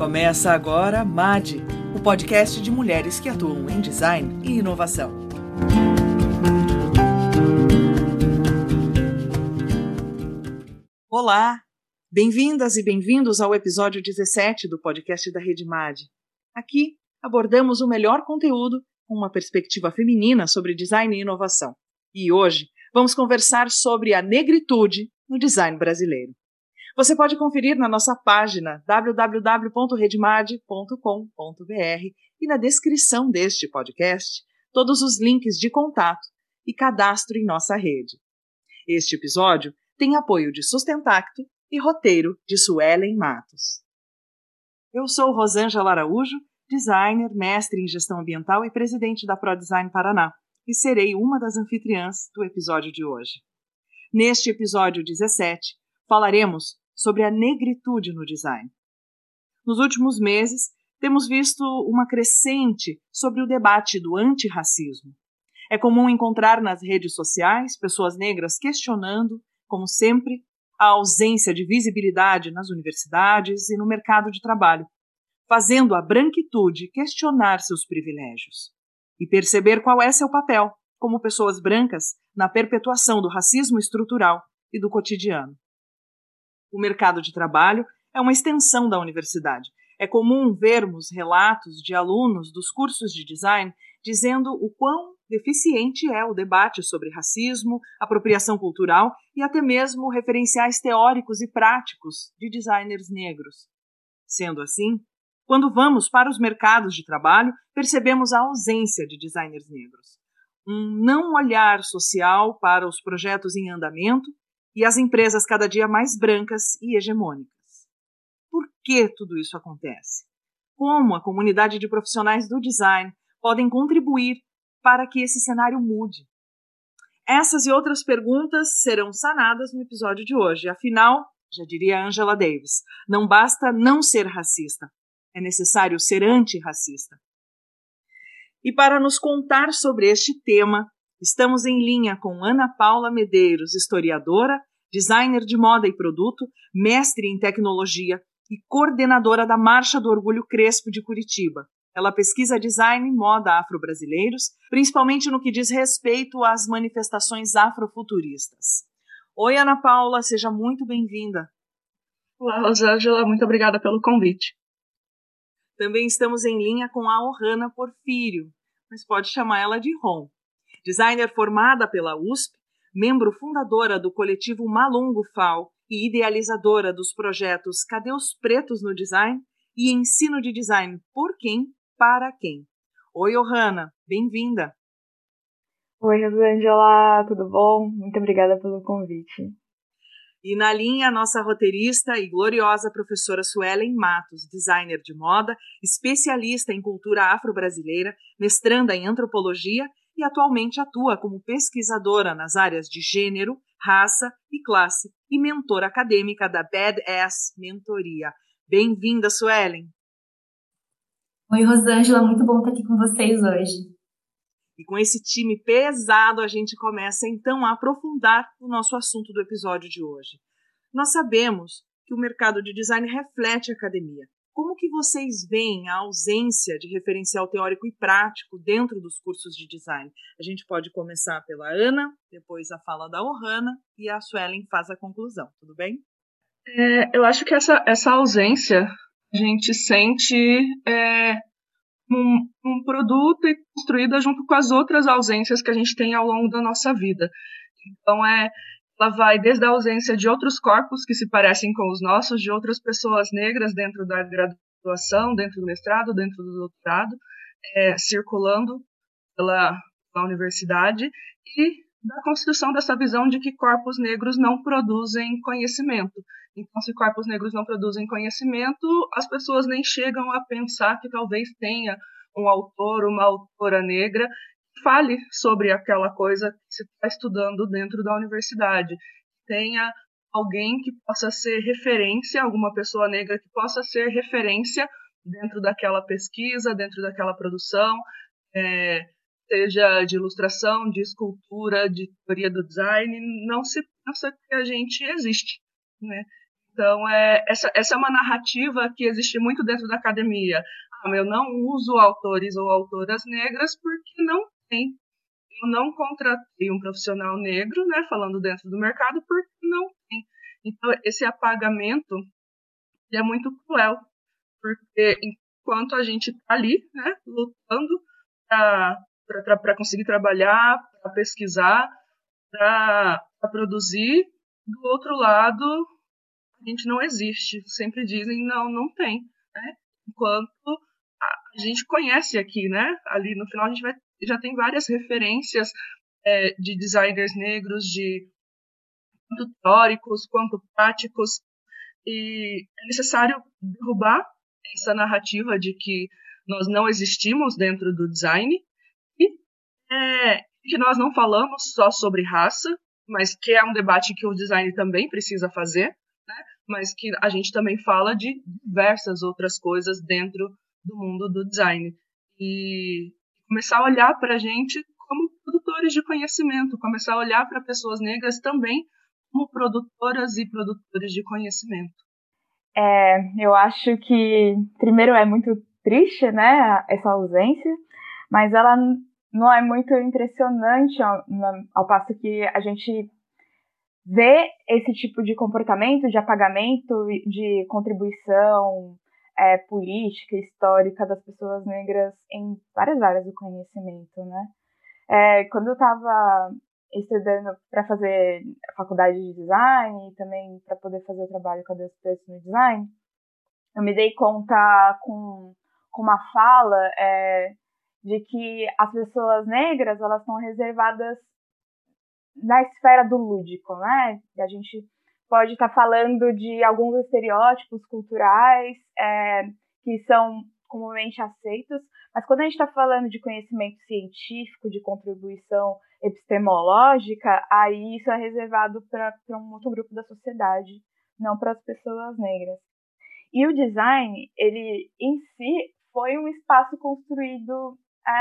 Começa agora MAD, o podcast de mulheres que atuam em design e inovação. Olá, bem-vindas e bem-vindos ao episódio 17 do podcast da Rede MAD. Aqui abordamos o melhor conteúdo com uma perspectiva feminina sobre design e inovação. E hoje vamos conversar sobre a negritude no design brasileiro. Você pode conferir na nossa página www.redmad.com.br e na descrição deste podcast todos os links de contato e cadastro em nossa rede. Este episódio tem apoio de Sustentacto e roteiro de Suelen Matos. Eu sou Rosângela Araújo, designer, mestre em gestão ambiental e presidente da ProDesign Paraná, e serei uma das anfitriãs do episódio de hoje. Neste episódio 17, falaremos sobre a negritude no design. Nos últimos meses, temos visto uma crescente sobre o debate do antirracismo. É comum encontrar nas redes sociais pessoas negras questionando, como sempre, a ausência de visibilidade nas universidades e no mercado de trabalho, fazendo a branquitude questionar seus privilégios e perceber qual é seu papel como pessoas brancas na perpetuação do racismo estrutural e do cotidiano. O mercado de trabalho é uma extensão da universidade. É comum vermos relatos de alunos dos cursos de design dizendo o quão deficiente é o debate sobre racismo, apropriação cultural e até mesmo referenciais teóricos e práticos de designers negros. Sendo assim, quando vamos para os mercados de trabalho, percebemos a ausência de designers negros. Um não olhar social para os projetos em andamento e as empresas cada dia mais brancas e hegemônicas. Por que tudo isso acontece? Como a comunidade de profissionais do design podem contribuir para que esse cenário mude? Essas e outras perguntas serão sanadas no episódio de hoje. Afinal, já diria Angela Davis, não basta não ser racista, é necessário ser antirracista. E para nos contar sobre este tema, estamos em linha com Ana Paula Medeiros, historiadora, designer de moda e produto, mestre em tecnologia e coordenadora da Marcha do Orgulho Crespo de Curitiba. Ela pesquisa design e moda afro-brasileiros, principalmente no que diz respeito às manifestações afrofuturistas. Oi, Ana Paula, seja muito bem-vinda. Olá, Rosângela, muito obrigada pelo convite. Também estamos em linha com a Ohana Porfírio, mas pode chamar ela de Ron. Designer formada pela USP, membro fundadora do coletivo Malungo FAO e idealizadora dos projetos Cadê os Pretos no Design e Ensino de Design por quem, para quem. Oi, Ohana, bem-vinda. Oi, Rosângela, tudo bom? Muito obrigada pelo convite. E na linha, a nossa roteirista e gloriosa professora Suelen Matos, designer de moda, especialista em cultura afro-brasileira, mestranda em antropologia e atualmente atua como pesquisadora nas áreas de gênero, raça e classe e mentora acadêmica da Badass Mentoria. Bem-vinda, Suelen! Oi, Rosângela, muito bom estar aqui com vocês hoje. E com esse time pesado, a gente começa então a aprofundar o nosso assunto do episódio de hoje. Nós sabemos que o mercado de design reflete a academia. Como que vocês veem a ausência de referencial teórico e prático dentro dos cursos de design? A gente pode começar pela Ana, depois a fala da Ohana e a Suelen faz a conclusão, tudo bem? Eu acho que essa ausência a gente sente um produto e construída junto com as outras ausências que a gente tem ao longo da nossa vida. Então, ela vai desde a ausência de outros corpos que se parecem com os nossos, de outras pessoas negras dentro da graduação, dentro do mestrado, dentro do doutorado, circulando pela universidade, e da construção dessa visão de que corpos negros não produzem conhecimento. Então, se corpos negros não produzem conhecimento, as pessoas nem chegam a pensar que talvez tenha um autor, uma autora negra que fale sobre aquela coisa que se está estudando dentro da universidade. Tenha alguém que possa ser referência, alguma pessoa negra que possa ser referência dentro daquela pesquisa, dentro daquela produção, seja de ilustração, de escultura, de teoria do design, não se pensa que a gente existe, né? Então, essa é uma narrativa que existe muito dentro da academia. Eu não uso autores ou autoras negras porque não tem. Eu não contratei um profissional negro, né, falando dentro do mercado, porque não tem. Então, esse apagamento é muito cruel, porque enquanto a gente está ali, né, lutando para conseguir trabalhar, para pesquisar, para produzir, do outro lado, a gente não existe. Sempre dizem, não tem. Né? Enquanto a gente conhece aqui, né? Ali no final a gente já tem várias referências de designers negros, de tanto teóricos quanto práticos, e é necessário derrubar essa narrativa de que nós não existimos dentro do design e que nós não falamos só sobre raça, mas que é um debate que o design também precisa fazer, né? Mas que a gente também fala de diversas outras coisas dentro do mundo do design. E começar a olhar para a gente como produtores de conhecimento, começar a olhar para pessoas negras também como produtoras e produtores de conhecimento. Eu acho que, primeiro, é muito triste, né, essa ausência, mas ela não é muito impressionante ao passo que a gente vê esse tipo de comportamento, de apagamento, de contribuição política, histórica das pessoas negras em várias áreas do conhecimento, né? Quando eu estava estudando para fazer a faculdade de design e também para poder fazer o trabalho com a DSP no design, eu me dei conta com uma fala de que as pessoas negras elas estão reservadas na esfera do lúdico, né? E a gente pode estar falando de alguns estereótipos culturais que são comumente aceitos, mas quando a gente está falando de conhecimento científico, de contribuição epistemológica, aí isso é reservado para um outro grupo da sociedade, não para as pessoas negras. E o design, ele em si foi um espaço construído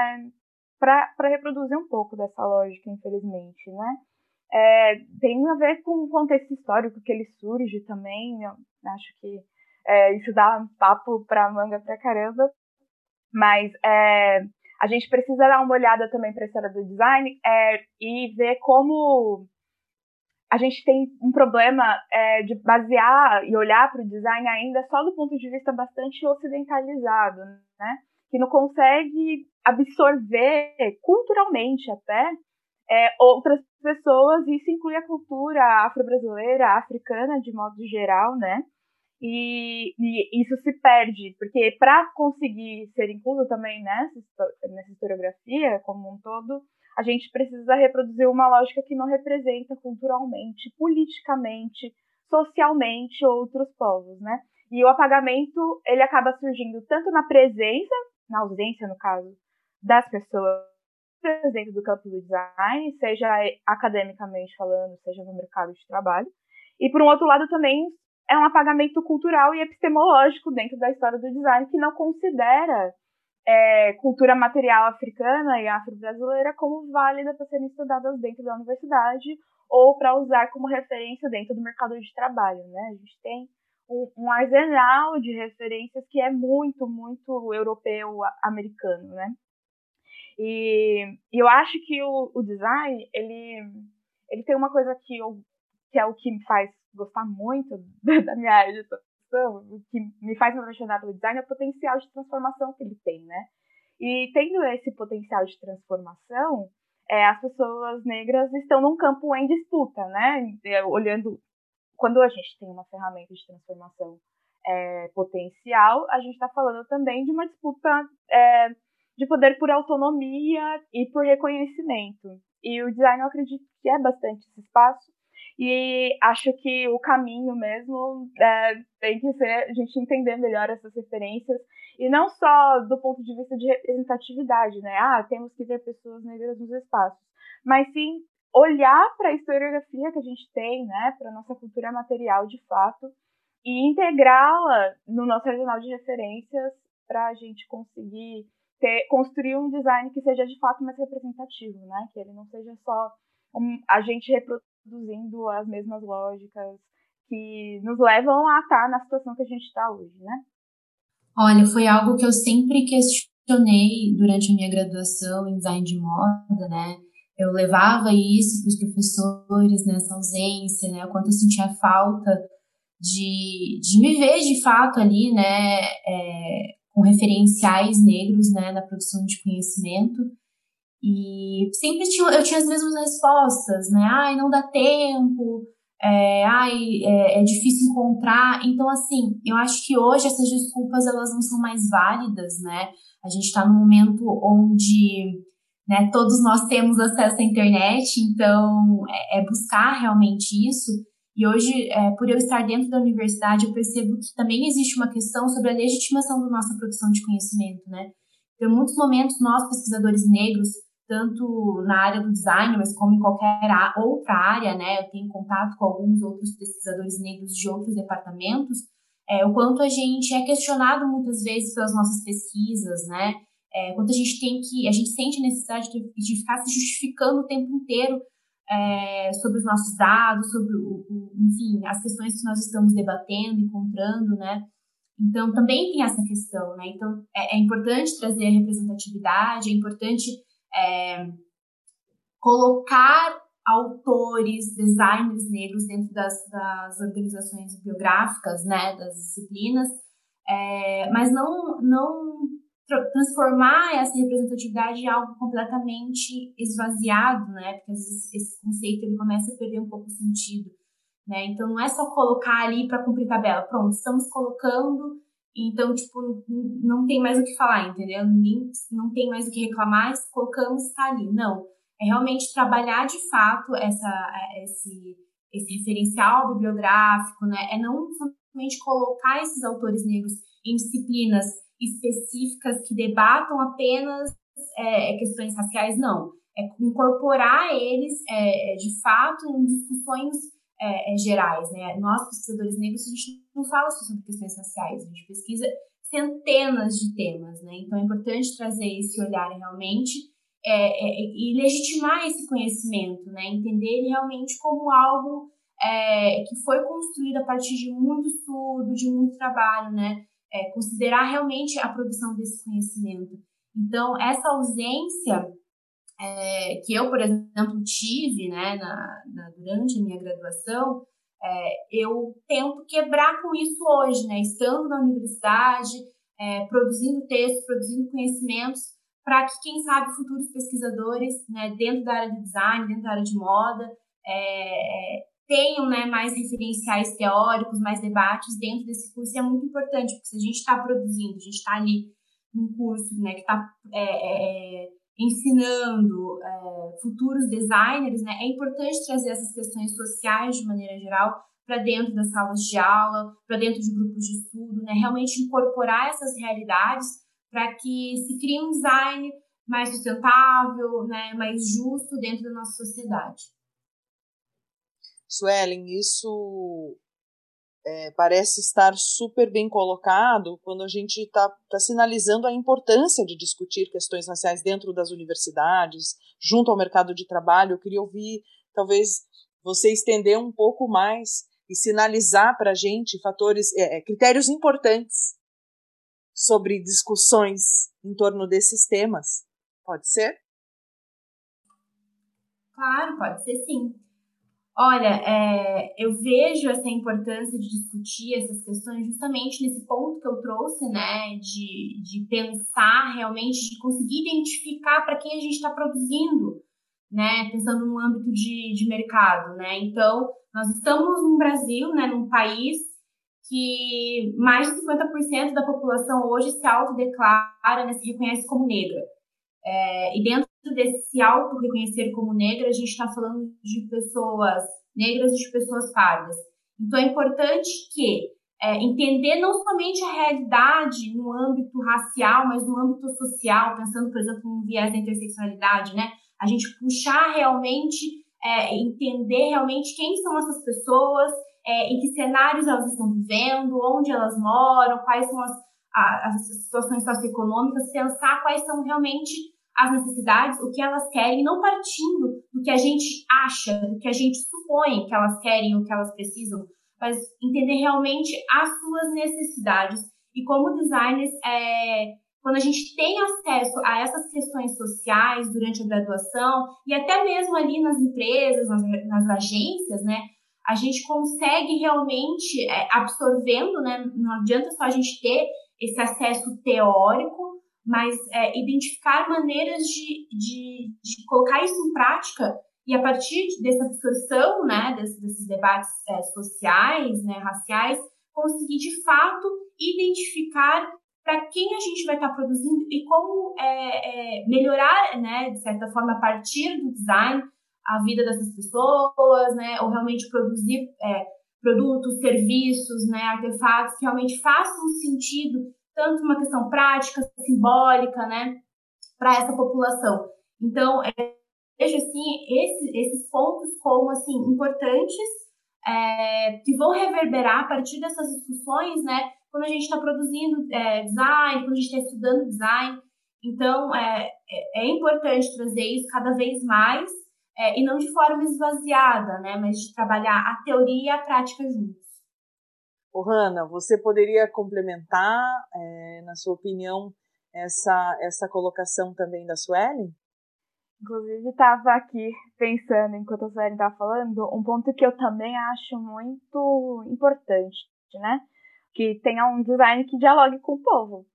para reproduzir um pouco dessa lógica, infelizmente, né? Tem a ver com o contexto histórico que ele surge também. Eu acho que isso dá um papo para manga pra caramba, mas a gente precisa dar uma olhada também para a história do design e ver como a gente tem um problema de basear e olhar para o design ainda só do ponto de vista bastante ocidentalizado, né? Que não consegue absorver culturalmente até outras pessoas, e isso inclui a cultura afro-brasileira, africana de modo geral, né? E isso se perde, porque para conseguir ser incluso também nessa historiografia como um todo, a gente precisa reproduzir uma lógica que não representa culturalmente, politicamente, socialmente outros povos, né? E o apagamento, ele acaba surgindo tanto na presença, na ausência, no caso, das pessoas presentes do campo do design, seja academicamente falando, seja no mercado de trabalho, e por um outro lado também é um apagamento cultural e epistemológico dentro da história do design que não considera cultura material africana e afro-brasileira como válida para serem estudadas dentro da universidade ou para usar como referência dentro do mercado de trabalho, né? A gente tem um arsenal de referências que é muito, muito europeu, americano, né? E eu acho que o design, ele tem uma coisa que é o que me faz gostar muito da minha área de atuação, o que me faz me apaixonar pelo design é o potencial de transformação que ele tem, né? E tendo esse potencial de transformação, as pessoas negras estão num campo em disputa, né? Olhando, quando a gente tem uma ferramenta de transformação potencial, a gente está falando também de uma disputa de poder por autonomia e por reconhecimento. E o design, eu acredito que é bastante esse espaço. E acho que o caminho mesmo tem que ser a gente entender melhor essas referências. E não só do ponto de vista de representatividade, né? Temos que ter pessoas negras nos espaços. Mas sim olhar para a historiografia que a gente tem, né? Para a nossa cultura material, de fato, e integrá-la no nosso arsenal de referências para a gente conseguir construir um design que seja de fato mais representativo, né? Que ele não seja só a gente reproduzindo as mesmas lógicas que nos levam a estar na situação que a gente está hoje, né? Olha, foi algo que eu sempre questionei durante a minha graduação em design de moda, né? Eu levava isso para os professores nessa ausência, né? O quanto eu sentia falta de me ver de fato ali, né? Com referenciais negros, né? Na produção de conhecimento. E sempre eu tinha as mesmas respostas, né? Ai, não dá tempo, é difícil encontrar. Então, assim, eu acho que hoje essas desculpas, elas não são mais válidas, né? A gente está num momento onde, né, todos nós temos acesso à internet, então é buscar realmente isso. E hoje, por eu estar dentro da universidade, eu percebo que também existe uma questão sobre a legitimação da nossa produção de conhecimento, né? Então, em muitos momentos, nós, pesquisadores negros, tanto na área do design, mas como em qualquer outra área, né? Eu tenho contato com alguns outros pesquisadores negros de outros departamentos, o quanto a gente é questionado muitas vezes pelas nossas pesquisas, né? Quanto a gente sente a necessidade de ficar se justificando o tempo inteiro sobre os nossos dados, sobre, enfim, as questões que nós estamos debatendo, encontrando, né? Então, também tem essa questão, né? Então, é importante trazer a representatividade, é importante colocar autores, designers negros dentro das organizações bibliográficas, né, das disciplinas, mas não transformar essa representatividade em algo completamente esvaziado, né, porque às vezes esse conceito ele começa a perder um pouco o sentido, né, então não é só colocar ali para cumprir tabela, pronto, estamos colocando, então, tipo, não tem mais o que falar, entendeu? Não tem mais o que reclamar, colocamos, está ali. Não, é realmente trabalhar de fato esse referencial bibliográfico, né? É não somente colocar esses autores negros em disciplinas específicas que debatam apenas questões raciais, não. É incorporar eles, de fato, em discussões gerais, né? Nós, pesquisadores negros, a gente não fala só sobre questões raciais, a gente pesquisa centenas de temas, né? Então é importante trazer esse olhar realmente e legitimar esse conhecimento, né? Entender ele realmente como algo que foi construído a partir de muito estudo, de muito trabalho, né? Considerar realmente a produção desse conhecimento. Então, essa ausência que eu, por exemplo, tive, né, durante a minha graduação, eu tento quebrar com isso hoje, né, estando na universidade, produzindo textos, produzindo conhecimentos, para que, quem sabe, futuros pesquisadores, né, dentro da área de design, dentro da área de moda, tenham, né, mais referenciais teóricos, mais debates dentro desse curso. E é muito importante, porque se a gente está produzindo, a gente está ali num curso, né, que está ensinando futuros designers, né, é importante trazer essas questões sociais de maneira geral para dentro das salas de aula, para dentro de grupos de estudo, né, realmente incorporar essas realidades para que se crie um design mais sustentável, né, mais justo dentro da nossa sociedade. Suelen, isso parece estar super bem colocado quando a gente está sinalizando a importância de discutir questões raciais dentro das universidades, junto ao mercado de trabalho. Eu queria ouvir, talvez, você estender um pouco mais e sinalizar para a gente critérios importantes sobre discussões em torno desses temas. Pode ser? Claro, pode ser sim. Olha, eu vejo essa importância de discutir essas questões justamente nesse ponto que eu trouxe, né, de pensar realmente, de conseguir identificar para quem a gente está produzindo, né, pensando no âmbito de mercado, né. Então, nós estamos no Brasil, né, num país que mais de 50% da população hoje se autodeclara, né, se reconhece como negra. E dentro desse auto-reconhecer como negra, a gente está falando de pessoas negras e de pessoas pardas. Então, é importante que entender não somente a realidade no âmbito racial, mas no âmbito social, pensando, por exemplo, no viés da interseccionalidade, né? A gente puxar realmente, entender realmente quem são essas pessoas, em que cenários elas estão vivendo, onde elas moram, quais são as situações socioeconômicas, pensar quais são realmente as necessidades, o que elas querem, não partindo do que a gente acha, do que a gente supõe que elas querem, o que elas precisam, mas entender realmente as suas necessidades. E como designers, quando a gente tem acesso a essas questões sociais durante a graduação, e até mesmo ali nas empresas, nas agências, né, a gente consegue realmente, absorvendo, né, não adianta só a gente ter esse acesso teórico, mas identificar maneiras de colocar isso em prática e a partir dessa absorção, né, desses debates sociais, né, raciais, conseguir de fato identificar para quem a gente vai estar produzindo e como melhorar, né, de certa forma, a partir do design, a vida dessas pessoas, né, ou realmente produzir produtos, serviços, né, artefatos que realmente façam sentido, tanto uma questão prática, simbólica, né, para essa população. Então, vejo assim, esses pontos como assim, importantes, que vão reverberar a partir dessas discussões, né, quando a gente está produzindo design, quando a gente está estudando design. Então, é importante trazer isso cada vez mais, e não de forma esvaziada, né, mas de trabalhar a teoria e a prática juntos. Hanna, você poderia complementar, na sua opinião, essa colocação também da Suelen? Inclusive, estava aqui pensando, enquanto a Suelen estava falando, um ponto que eu também acho muito importante, né? Que tenha um design que dialogue com o povo,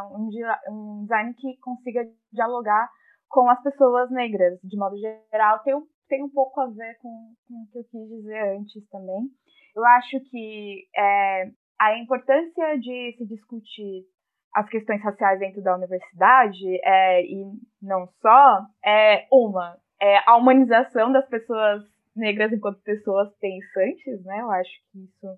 um design que consiga dialogar com as pessoas negras, de modo geral. Tem um pouco a ver com o que eu quis dizer antes também. Eu acho que a importância de se discutir as questões raciais dentro da universidade, e não só, a humanização das pessoas negras enquanto pessoas pensantes, né? Eu acho que isso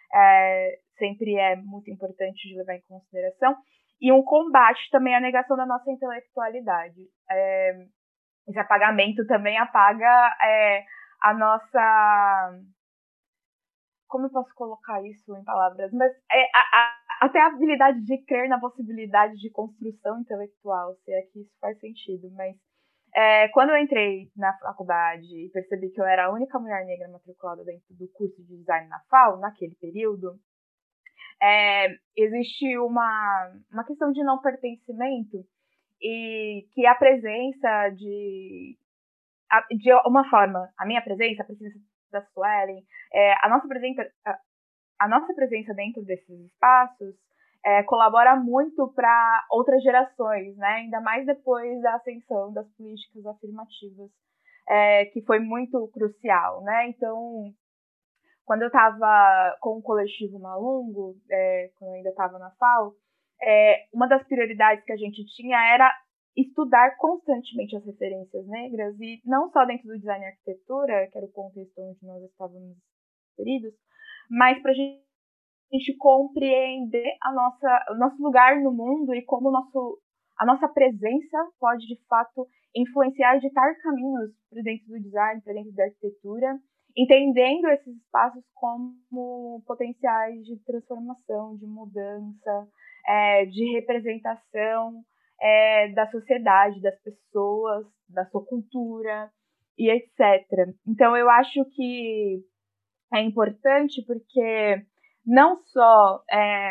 sempre é muito importante de levar em consideração, e um combate também à negação da nossa intelectualidade. Esse apagamento também apaga a nossa... Como eu posso colocar isso em palavras? Mas até a habilidade de crer na possibilidade de construção intelectual, se é que isso faz sentido. Mas quando eu entrei na faculdade e percebi que eu era a única mulher negra matriculada dentro do curso de design na FAO, naquele período, existe uma questão de não pertencimento, e que a presença de uma forma, a minha presença, a presença da Suelen, a nossa presença dentro desses espaços colabora muito para outras gerações, né? Ainda mais depois da ascensão das políticas afirmativas, que foi muito crucial, né? Então, quando eu estava com o coletivo Malungo, quando eu ainda estava na FAO, uma das prioridades que a gente tinha era estudar constantemente as referências negras, e não só dentro do design e arquitetura, que era o contexto onde nós estávamos inseridos, mas para a gente compreender o nosso lugar no mundo e como a nossa presença pode, de fato, influenciar e ditar caminhos para dentro do design, para dentro da arquitetura, entendendo esses espaços como potenciais de transformação, de mudança, de representação da sociedade, das pessoas, da sua cultura e etc. Então, eu acho que é importante porque não só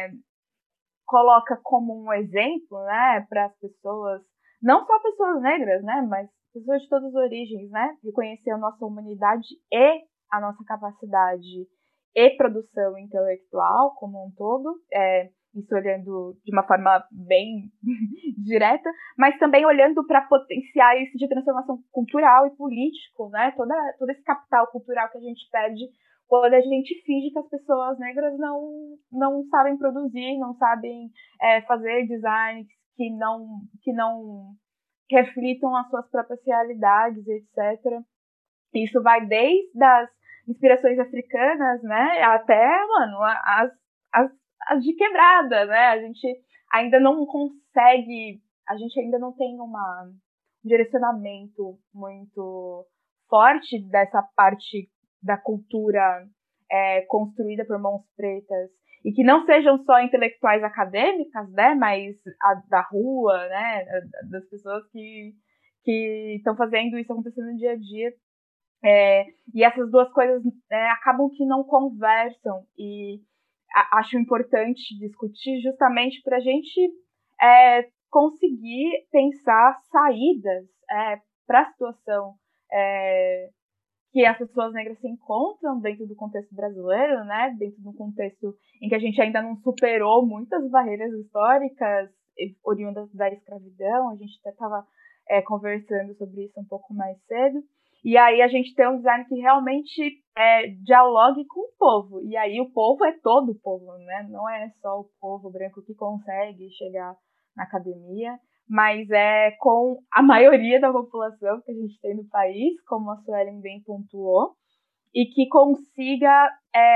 coloca como um exemplo, né, para as pessoas, não só pessoas negras, né, mas pessoas de todas as origens, né, reconhecer a nossa humanidade e a nossa capacidade e produção intelectual como um todo, isso olhando de uma forma bem direta, mas também olhando para potenciais de transformação cultural e político, né? Todo esse capital cultural que a gente perde quando a gente finge que as pessoas negras não sabem produzir, não sabem fazer designs que não reflitam as suas próprias realidades, etc. Isso vai desde as inspirações africanas, né, até, mano, as de quebrada, né? A gente ainda não consegue, a gente ainda não tem um direcionamento muito forte dessa parte da cultura construída por mãos pretas, e que não sejam só intelectuais acadêmicas, né, mas da rua, né, das pessoas que estão fazendo isso acontecendo no dia a dia. E essas duas coisas acabam que não conversam, e acho importante discutir justamente para a gente conseguir pensar saídas para a situação que as pessoas negras se encontram dentro do contexto brasileiro, né? Dentro de um contexto em que a gente ainda não superou muitas barreiras históricas oriundas da escravidão. A gente até estava conversando sobre isso um pouco mais cedo. E aí a gente tem um design que realmente dialogue com o povo. E aí o povo é todo o povo, né? Não é só o povo branco que consegue chegar na academia, mas com a maioria da população que a gente tem no país, como a Suelen bem pontuou, e que consiga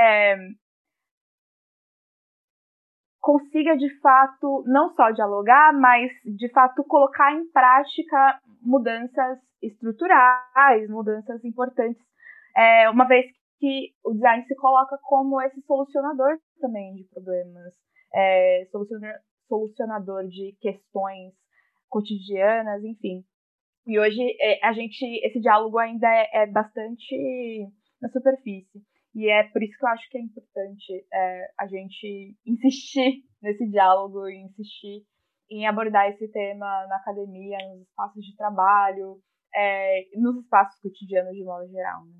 de fato não só dialogar, mas de fato colocar em prática mudanças estruturais, mudanças importantes, uma vez que o design se coloca como esse solucionador também de problemas, solucionador de questões cotidianas, enfim. E hoje esse diálogo ainda é bastante na superfície. E é por isso que eu acho que é importante a gente insistir nesse diálogo, insistir em abordar esse tema na academia, nos espaços de trabalho, nos espaços cotidianos de modo geral. Né?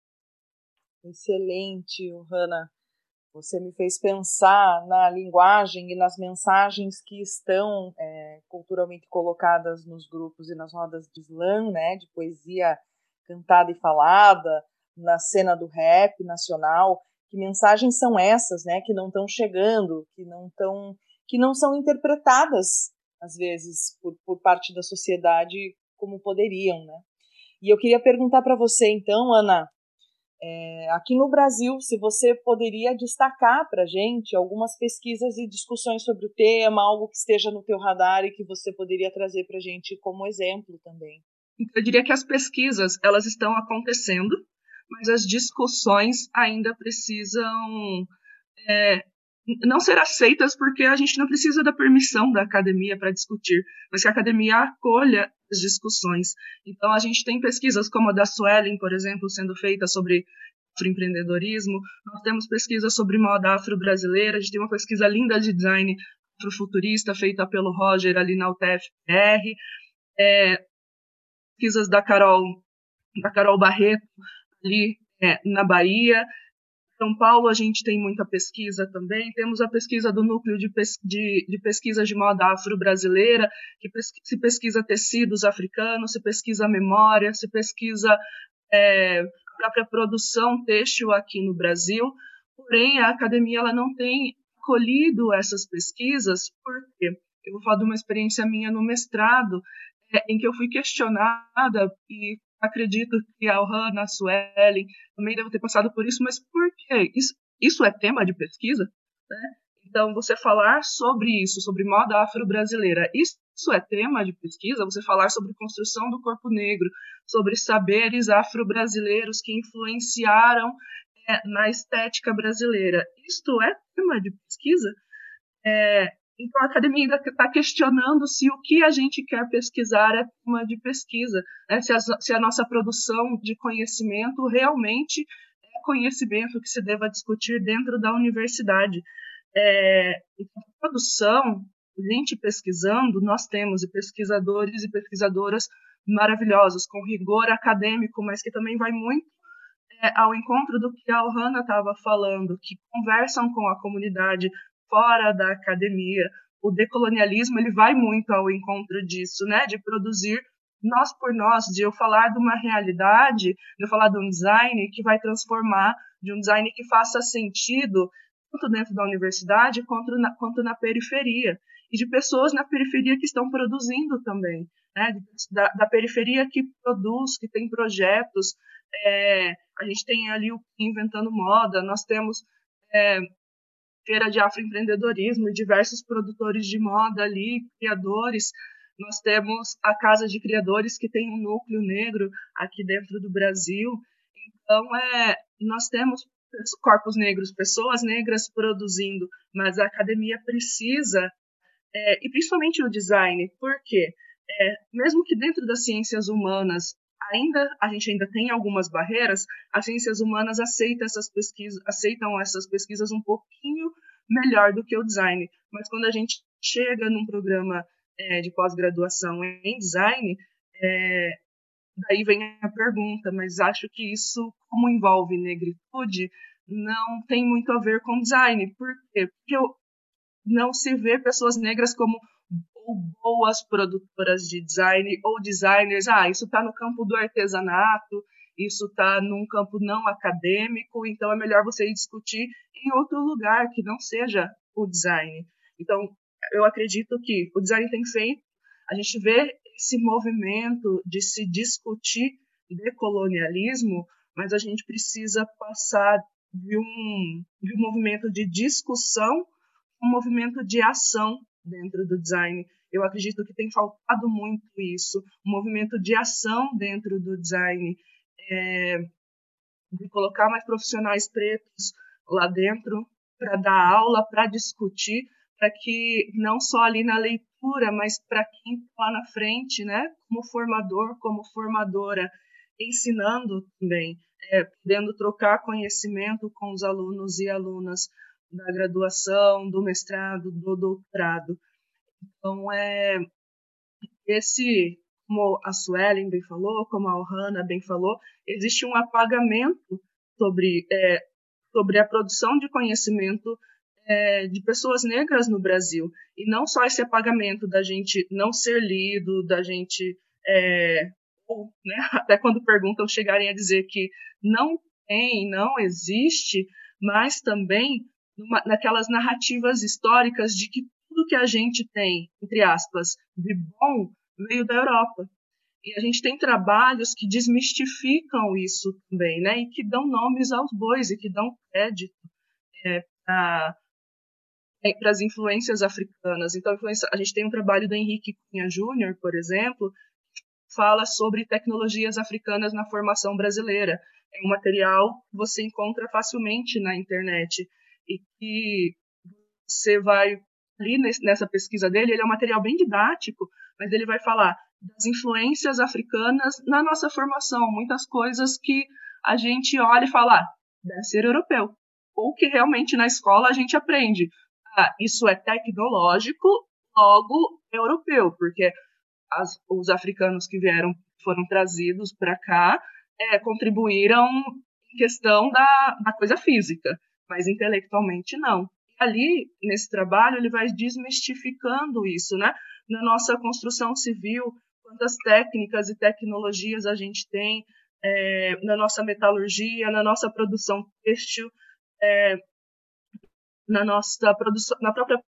Excelente, Hanna. Você me fez pensar na linguagem e nas mensagens que estão culturalmente colocadas nos grupos e nas rodas de slam, né, de poesia cantada e falada, na cena do rap nacional. Que mensagens são essas, né, que não estão chegando, que não são interpretadas, às vezes, por parte da sociedade como poderiam, né? E eu queria perguntar para você, então, Ana, aqui no Brasil, se você poderia destacar para a gente algumas pesquisas e discussões sobre o tema, algo que esteja no teu radar e que você poderia trazer para a gente como exemplo também. Eu diria que as pesquisas, elas estão acontecendo, mas as discussões ainda precisam não ser aceitas, porque a gente não precisa da permissão da academia para discutir, mas que a academia acolha as discussões. Então, a gente tem pesquisas como a da Suelen, por exemplo, sendo feita sobre afroempreendedorismo. Nós temos pesquisas sobre moda afro-brasileira. A gente tem uma pesquisa linda de design afrofuturista feita pelo Roger ali na UTF-PR. Pesquisas da Carol Barreto ali na Bahia. São Paulo a gente tem muita pesquisa também, temos a pesquisa do Núcleo de Pesquisa de Moda Afro-Brasileira, que se pesquisa tecidos africanos, se pesquisa memória, se pesquisa a própria produção têxtil aqui no Brasil, porém a academia ela não tem acolhido essas pesquisas, porque eu vou falar de uma experiência minha no mestrado, em que eu fui questionada e acredito que a Hanna, a Suelen também devem ter passado por isso, mas por quê? Isso é tema de pesquisa? Né? Então, você falar sobre isso, sobre moda afro-brasileira, isso é tema de pesquisa? Você falar sobre construção do corpo negro, sobre saberes afro-brasileiros que influenciaram na estética brasileira, isto é tema de pesquisa? Então, a academia ainda está questionando se o que a gente quer pesquisar é tema de pesquisa, né? Se a nossa produção de conhecimento realmente é conhecimento que se deva discutir dentro da universidade. Então, a produção, gente pesquisando, nós temos pesquisadores e pesquisadoras maravilhosos, com rigor acadêmico, mas que também vai muito ao encontro do que a Hanna estava falando, que conversam com a comunidade fora da academia. O decolonialismo ele vai muito ao encontro disso, né? De produzir nós por nós, de eu falar de uma realidade, de eu falar de um design que vai transformar, de um design que faça sentido tanto dentro da universidade quanto na periferia, e de pessoas na periferia que estão produzindo também, né? Da periferia que produz, que tem projetos. A gente tem ali o Inventando Moda, nós temos feira de afroempreendedorismo e diversos produtores de moda ali, criadores. Nós temos a Casa de Criadores, que tem um núcleo negro aqui dentro do Brasil. Então, nós temos corpos negros, pessoas negras produzindo, mas a academia precisa, e principalmente o design, porque mesmo que dentro das ciências humanas a gente ainda tem algumas barreiras, as ciências humanas aceitam essas pesquisas um pouquinho melhor do que o design. Mas quando a gente chega num programa de pós-graduação em design, daí vem a pergunta, mas acho que isso, como envolve negritude, não tem muito a ver com design. Por quê? Porque não se vê pessoas negras como ou boas produtoras de design ou designers. Isso está no campo do artesanato, isso está num campo não acadêmico, então é melhor você ir discutir em outro lugar que não seja o design. Então, eu acredito que o design tem feito, a gente vê esse movimento de se discutir decolonialismo, mas a gente precisa passar de um movimento de discussão um movimento de ação dentro do design. Eu acredito que tem faltado muito isso, um movimento de ação dentro do design, de colocar mais profissionais pretos lá dentro para dar aula, para discutir, para que não só ali na leitura, mas para quem está lá na frente, né, como formador, como formadora, ensinando também, podendo trocar conhecimento com os alunos e alunas da graduação, do mestrado, do doutorado. Então, como a Suelen bem falou, como a Ohana bem falou, existe um apagamento sobre a produção de conhecimento de pessoas negras no Brasil. E não só esse apagamento da gente não ser lido, da gente, né, até quando perguntam, chegarem a dizer que não tem, não existe, mas também naquelas narrativas históricas de que tudo que a gente tem, entre aspas, de bom, veio da Europa. E a gente tem trabalhos que desmistificam isso também, né? E que dão nomes aos bois e que dão crédito para as influências africanas. Então, a gente tem um trabalho do Henrique Cunha Júnior, por exemplo, que fala sobre tecnologias africanas na formação brasileira. É um material que você encontra facilmente na internet e que você vai ali nessa pesquisa dele, ele é um material bem didático, mas ele vai falar das influências africanas na nossa formação, muitas coisas que a gente olha e fala, deve ser europeu, ou que realmente na escola a gente aprende, isso é tecnológico, logo europeu, porque os africanos que foram trazidos para cá, contribuíram em questão da coisa física, mas intelectualmente não. Ali, nesse trabalho, ele vai desmistificando isso, né? Na nossa construção civil, quantas técnicas e tecnologias a gente tem, na nossa metalurgia, na nossa produção têxtil, na própria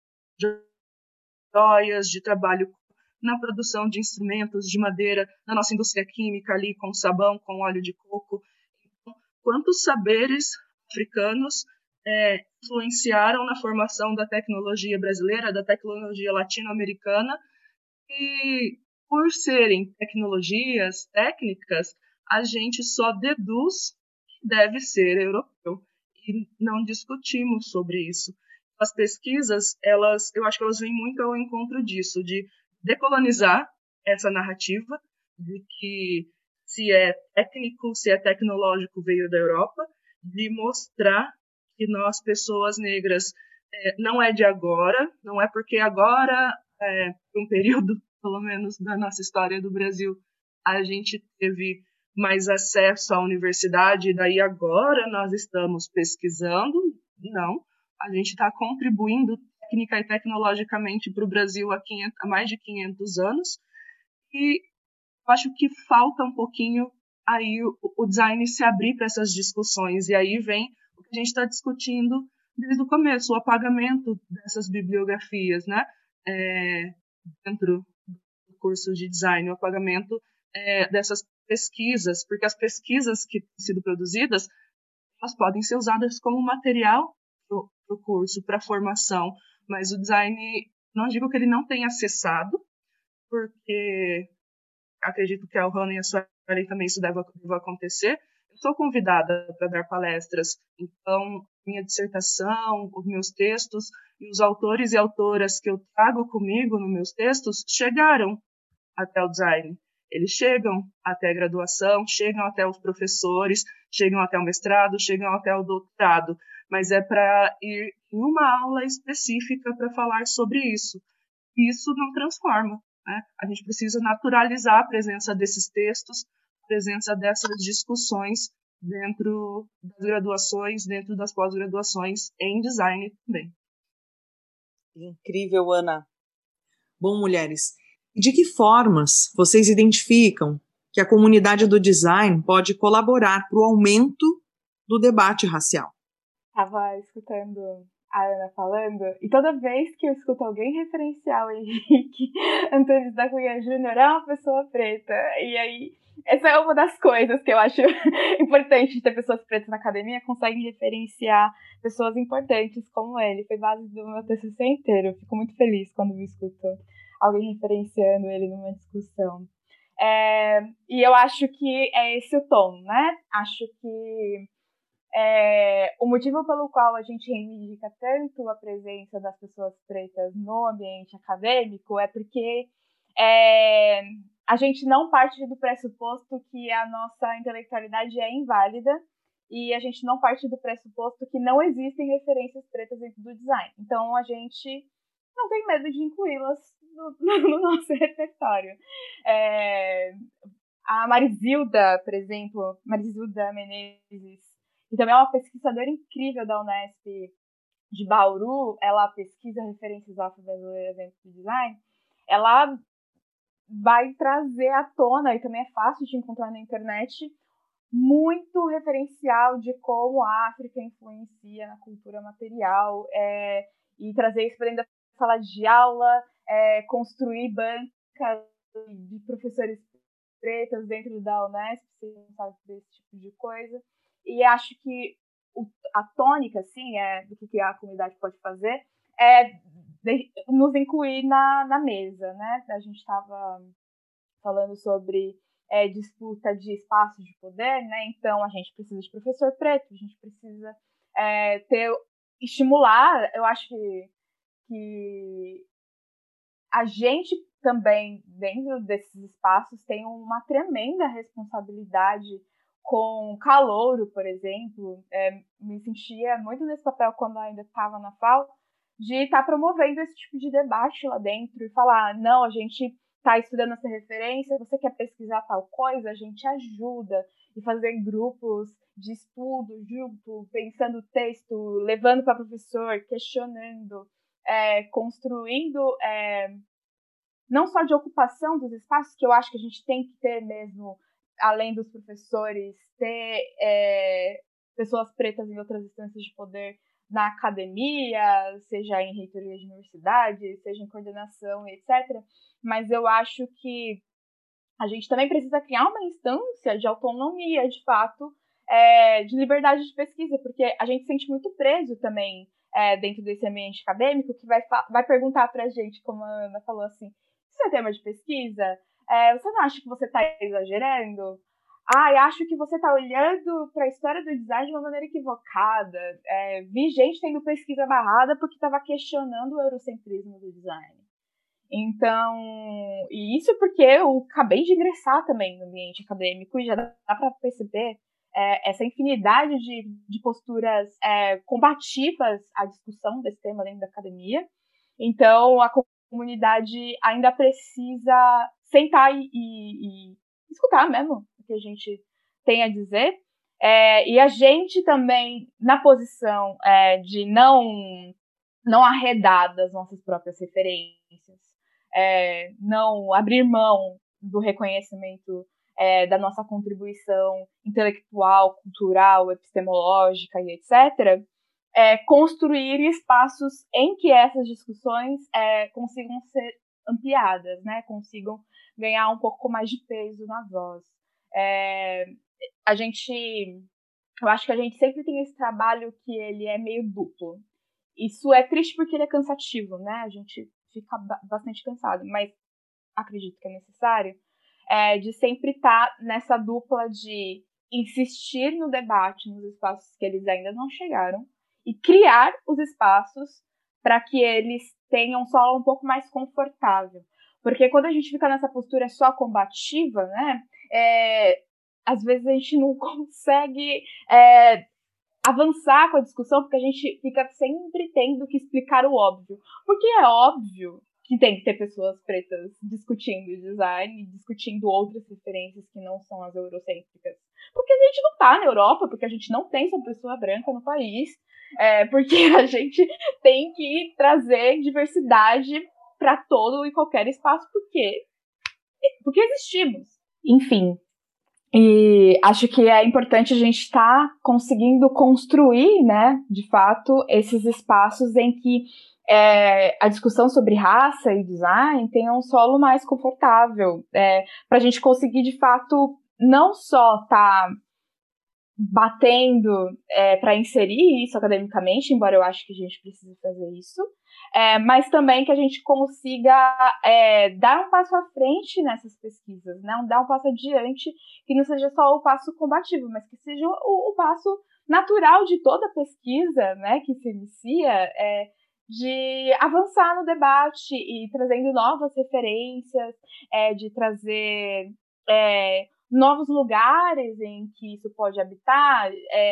joias de trabalho, na produção de instrumentos de madeira, na nossa indústria química ali, com sabão, com óleo de coco. Então, quantos saberes africanos influenciaram na formação da tecnologia brasileira, da tecnologia latino-americana, e por serem tecnologias técnicas, a gente só deduz que deve ser europeu, e não discutimos sobre isso. As pesquisas, eu acho que elas vêm muito ao encontro disso, de decolonizar essa narrativa de que se é técnico, se é tecnológico, veio da Europa, de mostrar que nós, pessoas negras, não é de agora, não é porque agora, por um período, pelo menos, da nossa história do Brasil, a gente teve mais acesso à universidade e daí agora nós estamos pesquisando. Não, a gente está contribuindo técnica e tecnologicamente para o Brasil há mais de 500 anos e eu acho que falta um pouquinho aí o design se abrir para essas discussões e aí vem o que a gente está discutindo desde o começo, o apagamento dessas bibliografias, né, dentro do curso de design, o apagamento dessas pesquisas, porque as pesquisas que têm sido produzidas, elas podem ser usadas como material para o curso, para a formação, mas o design, não digo que ele não tenha cessado, porque acredito que a Ohana e a Suelen também isso deve acontecer. Eu sou convidada para dar palestras, então minha dissertação, os meus textos e os autores e autoras que eu trago comigo nos meus textos chegaram até o design. eles chegam até a graduação, chegam até os professores, chegam até o mestrado, chegam até o doutorado, mas é para ir em uma aula específica para falar sobre isso. E isso não transforma, né? A gente precisa naturalizar a presença desses textos, a presença dessas discussões dentro das graduações, dentro das pós-graduações em design também. Incrível, Ana. Bom, mulheres, de que formas vocês identificam que a comunidade do design pode colaborar para o aumento do debate racial? Estava escutando a Ana falando, e toda vez que eu escuto alguém referenciar o Henrique Antunes da Cunha Júnior, é uma pessoa preta. E aí, essa é uma das coisas que eu acho importante de ter pessoas pretas na academia, conseguem referenciar pessoas importantes como ele. Foi base do meu TCC inteiro. Eu fico muito feliz quando eu escuto alguém referenciando ele numa discussão. E eu acho que é esse o tom, né? Acho que o motivo pelo qual a gente reivindica tanto a presença das pessoas pretas no ambiente acadêmico é porque a gente não parte do pressuposto que a nossa intelectualidade é inválida e a gente não parte do pressuposto que não existem referências pretas dentro do design. Então, a gente não tem medo de incluí-las no nosso repertório. A Marizilda, por exemplo, Marizilda Menezes, que também é uma pesquisadora incrível da Unesp de Bauru, ela pesquisa referências afro-brasileiras dentro do design, ela vai trazer à tona, e também é fácil de encontrar na internet, muito referencial de como a África influencia na cultura material, e trazer isso para dentro da sala de aula, construir bancas de professores pretas dentro da Unesp, você não sabe desse tipo de coisa. E acho que a tônica, assim, do que a comunidade pode fazer é nos incluir na mesa, né? A gente estava falando sobre disputa de espaços de poder, né? Então, a gente precisa de professor preto, a gente precisa estimular, eu acho que a gente também, dentro desses espaços, tem uma tremenda responsabilidade com calouro, por exemplo. Me sentia muito nesse papel quando ainda estava na FAO, de estar promovendo esse tipo de debate lá dentro e falar, não, a gente está estudando essa referência, você quer pesquisar tal coisa, a gente ajuda, e fazer grupos de estudo junto, pensando texto, levando para o professor, questionando, construindo não só de ocupação dos espaços, que eu acho que a gente tem que ter mesmo, além dos professores, ter pessoas pretas em outras instâncias de poder na academia, seja em reitoria de universidade, seja em coordenação, etc. Mas eu acho que a gente também precisa criar uma instância de autonomia, de fato, de liberdade de pesquisa, porque a gente se sente muito preso também dentro desse ambiente acadêmico, que vai perguntar pra gente, como a Ana falou assim, isso é tema de pesquisa? Você não acha que você está exagerando? Acho que você está olhando para a história do design de uma maneira equivocada. Vi gente tendo pesquisa barrada porque estava questionando o eurocentrismo do design. Então, e isso porque eu acabei de ingressar também no ambiente acadêmico e já dá para perceber essa infinidade de posturas combativas à discussão desse tema dentro da academia. Então, a comunidade ainda precisa sentar e escutar mesmo o que a gente tem a dizer. E a gente também, na posição de não arredar das nossas próprias referências, não abrir mão do reconhecimento da nossa contribuição intelectual, cultural, epistemológica e etc., construir espaços em que essas discussões consigam ser ampliadas, né? Consigam ganhar um pouco mais de peso na voz. Eu acho que a gente sempre tem esse trabalho que ele é meio duplo. Isso é triste porque ele é cansativo, né? A gente fica bastante cansado, mas acredito que é necessário, de sempre estar nessa dupla de insistir no debate nos espaços que eles ainda não chegaram e criar os espaços para que eles tenham um solo um pouco mais confortável. Porque quando a gente fica nessa postura só combativa, né, às vezes a gente não consegue avançar com a discussão, porque a gente fica sempre tendo que explicar o óbvio. Porque é óbvio que tem que ter pessoas pretas discutindo design, discutindo outras referências que não são as eurocêntricas. Porque a gente não tá na Europa, porque a gente não tem essa pessoa branca no país, porque a gente tem que trazer diversidade para todo e qualquer espaço, porque existimos. Enfim, e acho que é importante a gente estar conseguindo construir, né, de fato, esses espaços em que a discussão sobre raça e design tenha um solo mais confortável, para a gente conseguir, de fato, não só estar batendo para inserir isso academicamente, embora eu acho que a gente precise fazer isso, mas também que a gente consiga dar um passo à frente nessas pesquisas, né? Dar um passo adiante, que não seja só o passo combativo, mas que seja o passo natural de toda pesquisa, né, que se inicia, de avançar no debate e trazendo novas referências, de trazer novos lugares em que isso pode habitar,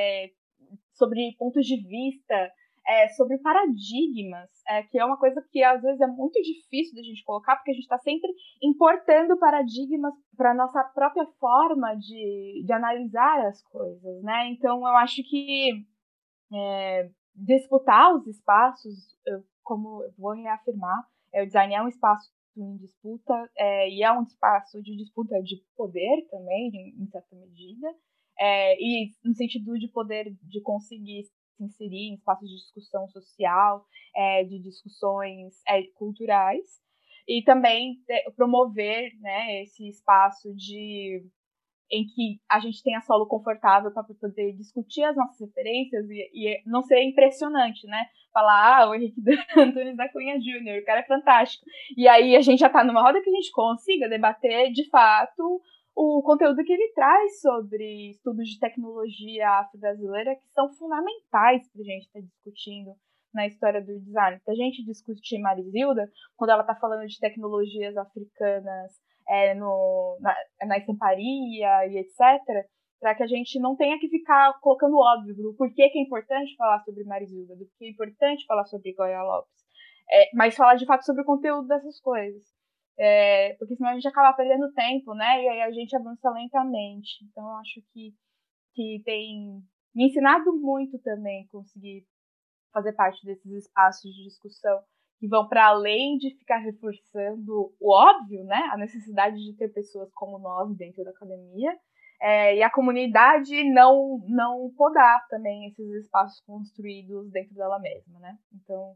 sobre pontos de vista, sobre paradigmas, que é uma coisa que às vezes é muito difícil de a gente colocar, porque a gente está sempre importando paradigmas para a nossa própria forma de analisar as coisas, né? Então, eu acho que disputar os espaços, como eu vou reafirmar, o design é um espaço em disputa, e é um espaço de disputa de poder também, em certa medida, e no sentido de poder de conseguir se inserir em espaços de discussão social, de discussões culturais, e também promover, né, esse espaço em que a gente tenha solo confortável para poder discutir as nossas referências e não ser impressionante, né? Falar, o Henrique Antunes da Cunha Júnior, o cara é fantástico. E aí a gente já está numa roda que a gente consiga debater, de fato, o conteúdo que ele traz sobre estudos de tecnologia afro-brasileira que são fundamentais para a gente estar discutindo na história do design. Se a gente discutir Marisilda, quando ela está falando de tecnologias africanas, na estamparia e etc., para que a gente não tenha que ficar colocando óbvio do porquê que é importante falar sobre Marisilda, do que é importante falar sobre Goya Lopes, mas falar de fato sobre o conteúdo dessas coisas. Porque senão a gente acaba perdendo tempo, né? E aí a gente avança lentamente. Então eu acho que tem me ensinado muito também conseguir fazer parte desses espaços de discussão que vão para além de ficar reforçando o óbvio, né? A necessidade de ter pessoas como nós dentro da academia, e a comunidade não podar também esses espaços construídos dentro dela mesma, né? Então,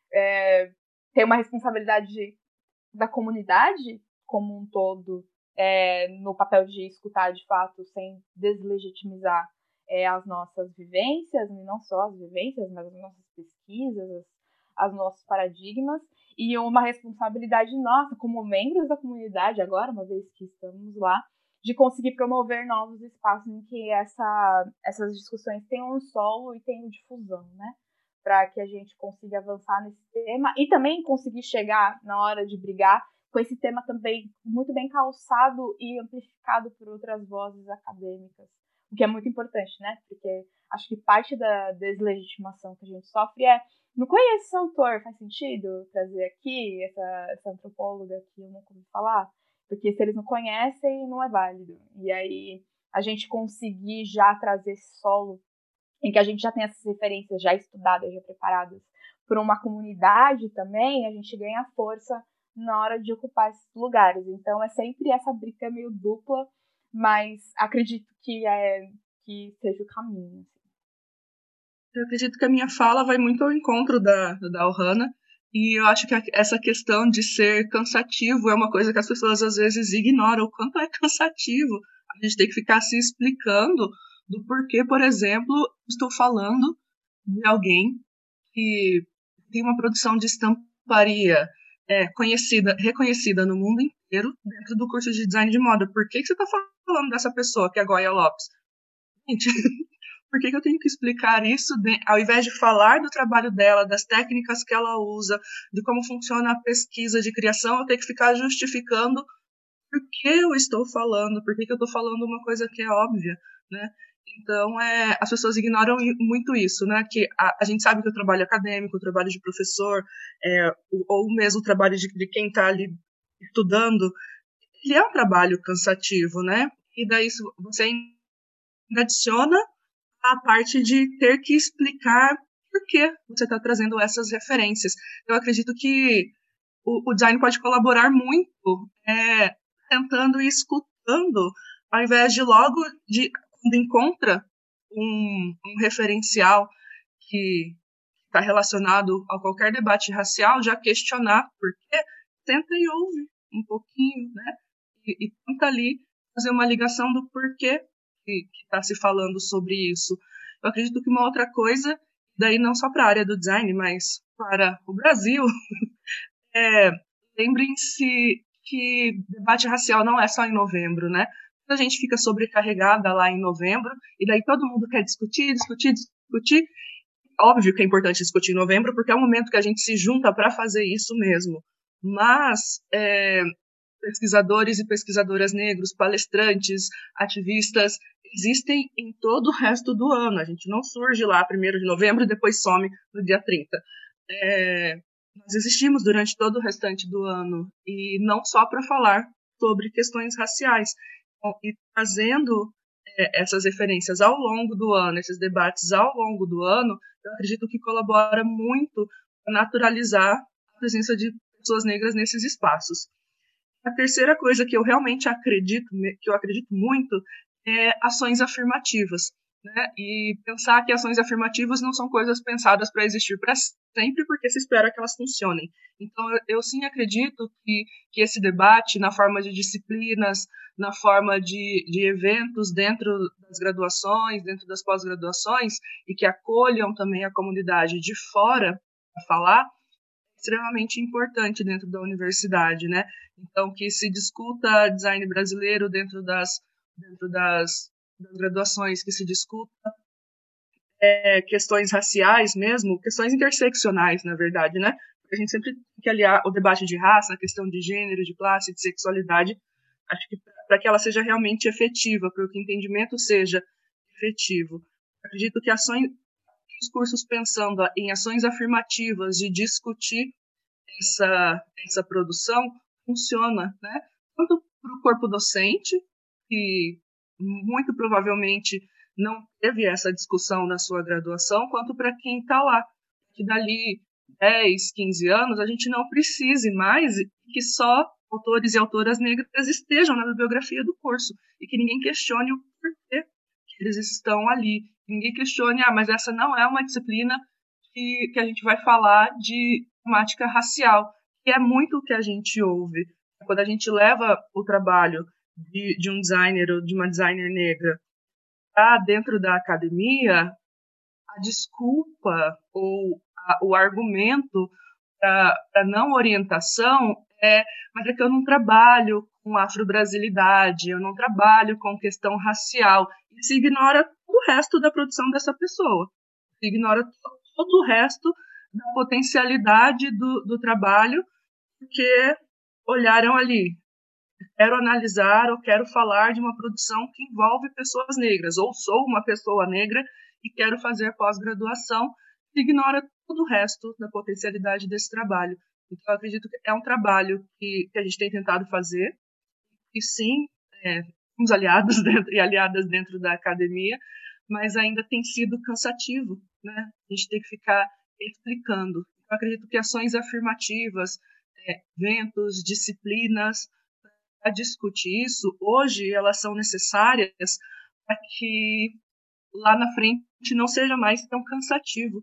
tem uma responsabilidade da comunidade como um todo, no papel de escutar de fato, sem deslegitimizar as nossas vivências, e não só as vivências, mas as nossas pesquisas, os nossos paradigmas, e uma responsabilidade nossa, como membros da comunidade agora, uma vez que estamos lá, de conseguir promover novos espaços em que essas discussões tenham um solo e tenham difusão, né? Para que a gente consiga avançar nesse tema e também conseguir chegar na hora de brigar com esse tema também muito bem calçado e amplificado por outras vozes acadêmicas, o que é muito importante, né? Porque acho que parte da deslegitimação que a gente sofre não conheço esse autor, faz sentido trazer aqui essa antropóloga que eu nunca ouvi falar? Porque se eles não conhecem, não é válido. E aí a gente conseguir já trazer esse solo em que a gente já tem essas referências já estudadas, já preparadas por uma comunidade também, a gente ganha força na hora de ocupar esses lugares. Então é sempre essa briga meio dupla, mas acredito que seja o caminho. Eu acredito que a minha fala vai muito ao encontro da Ohana, e eu acho que essa questão de ser cansativo é uma coisa que as pessoas às vezes ignoram, o quanto é cansativo. A gente tem que ficar se explicando do porquê, por exemplo, estou falando de alguém que tem uma produção de estamparia reconhecida no mundo inteiro dentro do curso de design de moda. Por que você está falando dessa pessoa, que é a Goya Lopes? Gente, por que eu tenho que explicar isso, ao invés de falar do trabalho dela, das técnicas que ela usa, de como funciona a pesquisa de criação, eu tenho que ficar justificando por que eu estou falando, por que eu estou falando uma coisa que é óbvia, né? Então, as pessoas ignoram muito isso, né? Que a gente sabe que o trabalho acadêmico, o trabalho de professor, ou mesmo o trabalho de quem está ali estudando, ele é um trabalho cansativo, né? E daí você ainda adiciona a parte de ter que explicar por que você está trazendo essas referências. Eu acredito que o design pode colaborar muito tentando e escutando, ao invés de logo, quando encontra um referencial que está relacionado a qualquer debate racial, já questionar por quê, tenta e ouve um pouquinho, né? E tenta ali fazer uma ligação do porquê que está se falando sobre isso. Eu acredito que uma outra coisa, daí não só para a área do design, mas para o Brasil, lembrem-se que debate racial não é só em novembro, né? A gente fica sobrecarregada lá em novembro, e daí todo mundo quer discutir. Óbvio que é importante discutir em novembro, porque é o momento que a gente se junta para fazer isso mesmo. Mas pesquisadores e pesquisadoras negros, palestrantes, ativistas, existem em todo o resto do ano. A gente não surge lá 1º de novembro e depois some no dia 30. Nós existimos durante todo o restante do ano, e não só para falar sobre questões raciais. E trazendo essas referências ao longo do ano, esses debates ao longo do ano, eu acredito que colabora muito para naturalizar a presença de pessoas negras nesses espaços. A terceira coisa que eu realmente acredito muito, é ações afirmativas, né? E pensar que ações afirmativas não são coisas pensadas para existir para sempre, porque se espera que elas funcionem. Então, eu sim acredito que esse debate, na forma de disciplinas, na forma de eventos dentro das graduações, dentro das pós-graduações, e que acolham também a comunidade de fora para falar, extremamente importante dentro da universidade, né? Então, que se discuta design brasileiro dentro das graduações, que se discuta questões raciais mesmo, questões interseccionais, na verdade, né? Porque a gente sempre tem que aliar o debate de raça, a questão de gênero, de classe, de sexualidade, acho que para que ela seja realmente efetiva, para que o entendimento seja efetivo. Acredito que os cursos pensando em ações afirmativas de discutir essa produção funciona, né? Tanto para o corpo docente, que muito provavelmente não teve essa discussão na sua graduação, quanto para quem está lá, que dali 10, 15 anos a gente não precise mais que só autores e autoras negras estejam na bibliografia do curso, e que ninguém questione o porquê que eles estão ali. Ninguém questione, mas essa não é uma disciplina que a gente vai falar de temática racial, que é muito o que a gente ouve. Quando a gente leva o trabalho de um designer ou de uma designer negra para dentro da academia, a desculpa ou o argumento para não orientação mas é que eu não trabalho com afro-brasilidade, eu não trabalho com questão racial, e se ignora todo o resto da produção dessa pessoa, se ignora todo o resto da potencialidade do trabalho, porque olharam ali, quero analisar ou quero falar de uma produção que envolve pessoas negras, ou sou uma pessoa negra e quero fazer pós-graduação, ignora todo o resto da potencialidade desse trabalho. Então, eu acredito que é um trabalho que a gente tem tentado fazer, e sim, uns aliados e aliadas dentro da academia, mas ainda tem sido cansativo, né? A gente tem que ficar explicando. Eu acredito que ações afirmativas, eventos, disciplinas, para discutir isso, hoje elas são necessárias para que lá na frente não seja mais tão cansativo,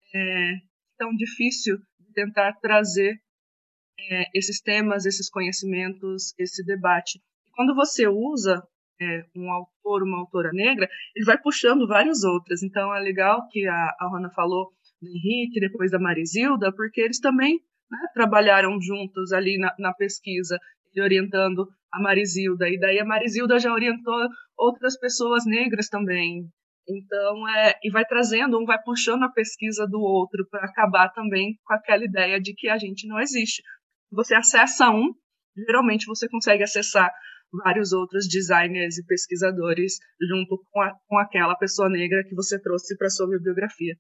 tão difícil de tentar trazer esses temas, esses conhecimentos, esse debate. E quando você usa um autor, uma autora negra, ele vai puxando vários outros. Então, é legal que a Rona falou do Henrique, depois da Marisilda, porque eles também, né, trabalharam juntos ali na pesquisa, orientando a Marisilda. E daí a Marisilda já orientou outras pessoas negras também. Então, e vai trazendo, um vai puxando a pesquisa do outro para acabar também com aquela ideia de que a gente não existe. Você acessa um, geralmente você consegue acessar vários outros designers e pesquisadores junto com aquela pessoa negra que você trouxe para sua bibliografia.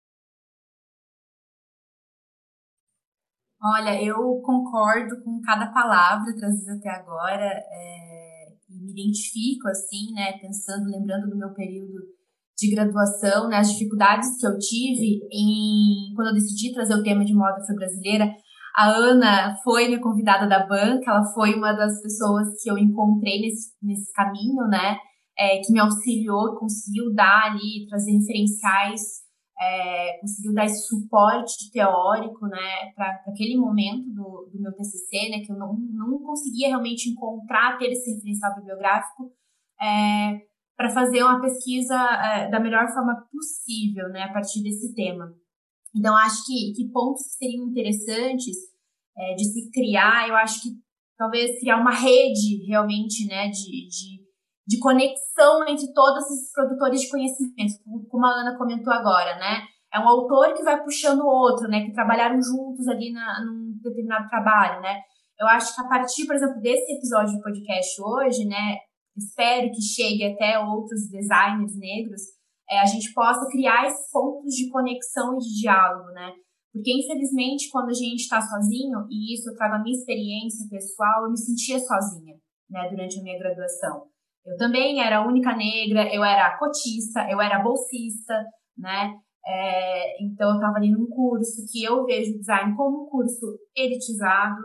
Olha, eu concordo com cada palavra trazida até agora, e me identifico, assim, né, pensando, lembrando do meu período de graduação, né, as dificuldades que eu tive quando eu decidi trazer o tema de moda afro-brasileira. A Ana foi minha convidada da banca, ela foi uma das pessoas que eu encontrei nesse caminho, né, que me auxiliou, conseguiu dar ali, trazer referenciais, conseguiu dar esse suporte teórico, né, para aquele momento do meu TCC, né, que eu não conseguia realmente encontrar, ter esse referencial bibliográfico, para fazer uma pesquisa da melhor forma possível, né, a partir desse tema. Então, acho que pontos que seriam interessantes de se criar, eu acho que talvez criar uma rede realmente, né, de conexão entre todos esses produtores de conhecimento, como a Ana comentou agora, né? É um autor que vai puxando o outro, né? Que trabalharam juntos ali num determinado trabalho, né? Eu acho que a partir, por exemplo, desse episódio do podcast hoje, né? Espero que chegue até outros designers negros, a gente possa criar esses pontos de conexão e de diálogo, né? Porque, infelizmente, quando a gente está sozinho, e isso eu trago a minha experiência pessoal, eu me sentia sozinha, né? Durante a minha graduação. Eu também era a única negra, eu era cotista, eu era bolsista, né? Então, eu estava ali num curso que eu vejo design como um curso elitizado.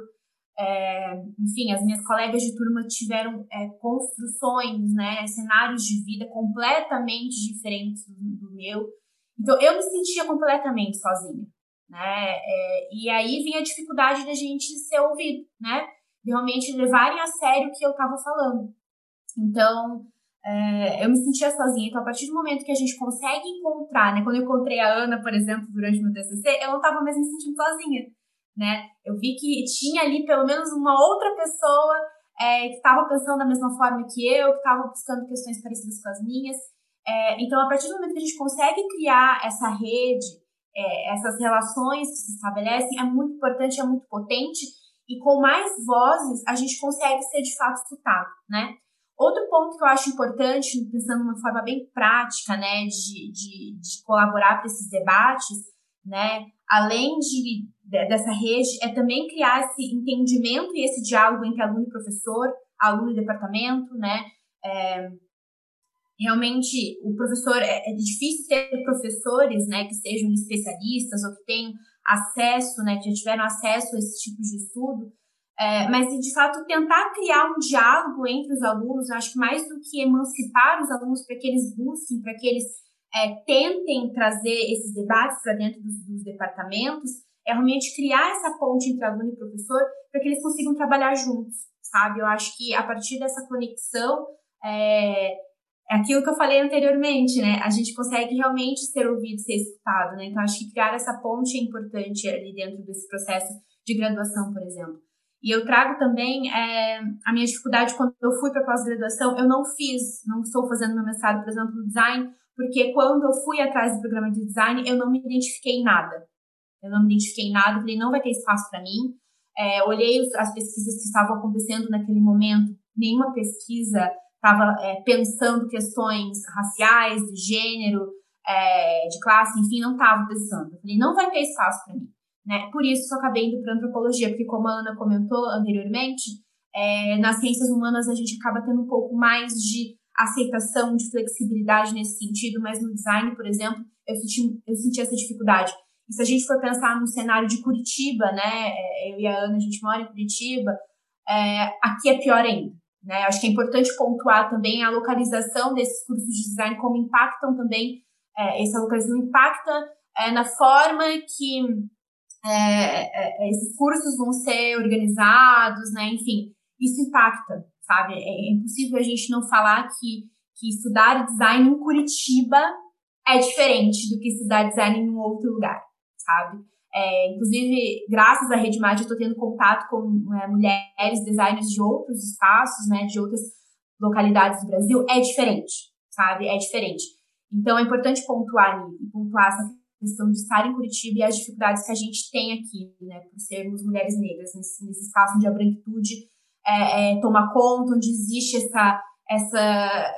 Enfim, as minhas colegas de turma tiveram construções, né? Cenários de vida completamente diferentes do meu. Então, eu me sentia completamente sozinha, né? E aí vinha a dificuldade da gente ser ouvido, né? De realmente levarem a sério o que eu estava falando. Então, eu me sentia sozinha. Então, a partir do momento que a gente consegue encontrar, né? Quando eu encontrei a Ana, por exemplo, durante o meu TCC, eu não estava mais me sentindo sozinha, né? Eu vi que tinha ali pelo menos uma outra pessoa que estava pensando da mesma forma que eu, que estava buscando questões parecidas com as minhas. Então, a partir do momento que a gente consegue criar essa rede, essas relações que se estabelecem, é muito importante, é muito potente, e com mais vozes a gente consegue ser de fato escutado, né? Outro ponto que eu acho importante, pensando de uma forma bem prática, né, de colaborar para esses debates, né, além dessa rede, é também criar esse entendimento e esse diálogo entre aluno e professor, aluno e departamento, né. Realmente, o professor, é difícil ter professores, né, que sejam especialistas ou que tenham acesso, né, que já tiveram acesso a esse tipo de estudo. Mas, de fato, tentar criar um diálogo entre os alunos, eu acho que mais do que emancipar os alunos para que eles busquem, para que eles tentem trazer esses debates para dentro dos departamentos, é realmente criar essa ponte entre aluno e professor para que eles consigam trabalhar juntos, sabe? Eu acho que a partir dessa conexão, é aquilo que eu falei anteriormente, né? A gente consegue realmente ser ouvido, ser escutado, né? Então, acho que criar essa ponte é importante ali dentro desse processo de graduação, por exemplo. E eu trago também a minha dificuldade quando eu fui para pós-graduação. Eu não estou fazendo meu mestrado, por exemplo, no design, porque quando eu fui atrás do programa de design, eu não me identifiquei em nada. Falei, não vai ter espaço para mim. Olhei as pesquisas que estavam acontecendo naquele momento, nenhuma pesquisa estava pensando questões raciais, de gênero, de classe, enfim, não estava pensando. Eu falei, não vai ter espaço para mim. Né? Por isso que eu acabei indo para antropologia, porque como a Ana comentou anteriormente, nas ciências humanas a gente acaba tendo um pouco mais de aceitação, de flexibilidade nesse sentido, mas no design, por exemplo, eu senti essa dificuldade. E se a gente for pensar no cenário de Curitiba, né, eu e a Ana, a gente mora em Curitiba, aqui é pior ainda. Né? Acho que é importante pontuar também a localização desses cursos de design, como impactam também, essa localização impacta na forma que esses cursos vão ser organizados, né? Enfim, isso impacta, sabe? É impossível a gente não falar que estudar design em Curitiba é diferente do que estudar design em um outro lugar, sabe? Inclusive, graças à Rede Mad, eu estou tendo contato com mulheres designers de outros espaços, né? De outras localidades do Brasil. É diferente, sabe? É diferente. Então, é importante pontuar essa questão de estar em Curitiba e as dificuldades que a gente tem aqui, né, por sermos mulheres negras, nesse espaço onde a branquitude toma conta, onde existe essa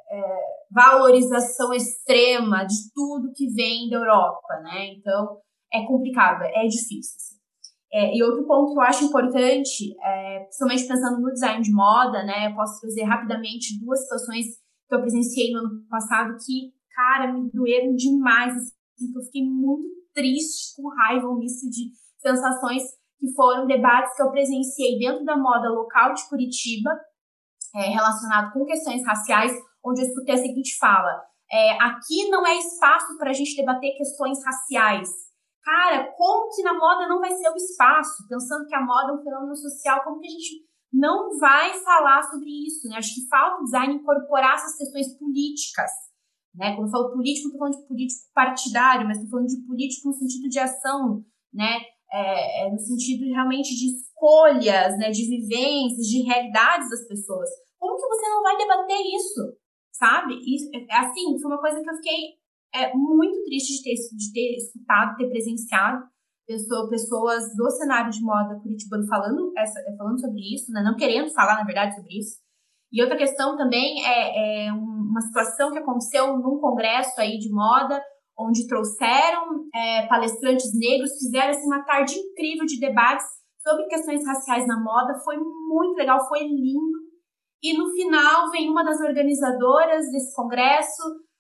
valorização extrema de tudo que vem da Europa, né? Então, é complicado, é difícil. Assim. E outro ponto que eu acho importante, principalmente pensando no design de moda, né? Eu posso trazer rapidamente 2 situações que eu presenciei no ano passado que, cara, me doeram demais, assim, que eu fiquei muito triste, com raiva, um misto de sensações, que foram debates que eu presenciei dentro da moda local de Curitiba, relacionado com questões raciais, onde eu escutei a seguinte fala: aqui não é espaço para a gente debater questões raciais. Cara, como que na moda não vai ser o espaço? Pensando que a moda é um fenômeno social, como que a gente não vai falar sobre isso, né? Acho que falta o design incorporar essas questões políticas, né? Quando eu falo político, não estou falando de político partidário, mas estou falando de político no sentido de ação, né? No sentido realmente de escolhas, né? De vivências, de realidades das pessoas. Como que você não vai debater isso, sabe? Isso, assim, foi uma coisa que eu fiquei muito triste de ter escutado, ter presenciado pessoas do cenário de moda curitibano falando sobre isso, né? Não querendo falar, na verdade, sobre isso. E outra questão também é uma situação que aconteceu num congresso aí de moda, onde trouxeram palestrantes negros, fizeram assim, uma tarde incrível de debates sobre questões raciais na moda. Foi muito legal, foi lindo. E no final vem uma das organizadoras desse congresso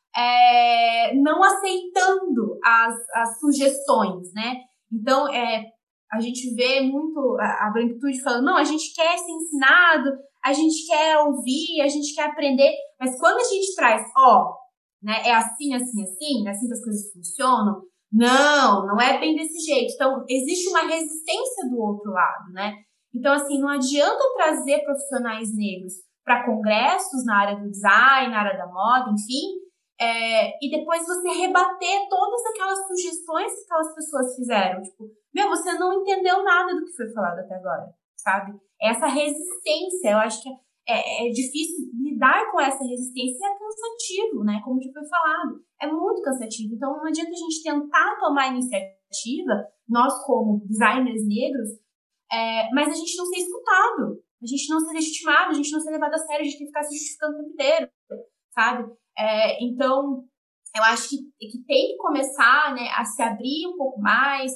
não aceitando as sugestões, né? Então, a gente vê muito a branquitude falando, não, a gente quer ser ensinado, a gente quer ouvir, a gente quer aprender, mas quando a gente traz, né, é assim, assim, assim, assim que as coisas funcionam, não é bem desse jeito. Então, existe uma resistência do outro lado, né? Então, assim, não adianta trazer profissionais negros para congressos na área do design, na área da moda, enfim, e depois você rebater todas aquelas sugestões que aquelas pessoas fizeram. Tipo, você não entendeu nada do que foi falado até agora, sabe? Essa resistência, eu acho que é difícil lidar com essa resistência e é cansativo, né? Como já foi falado, é muito cansativo. Então, não adianta a gente tentar tomar iniciativa, nós como designers negros, mas a gente não ser escutado, a gente não ser legitimado, a gente não ser levado a sério, a gente tem que ficar se justificando o tempo inteiro, sabe? Então, eu acho que tem que começar, né, a se abrir um pouco mais,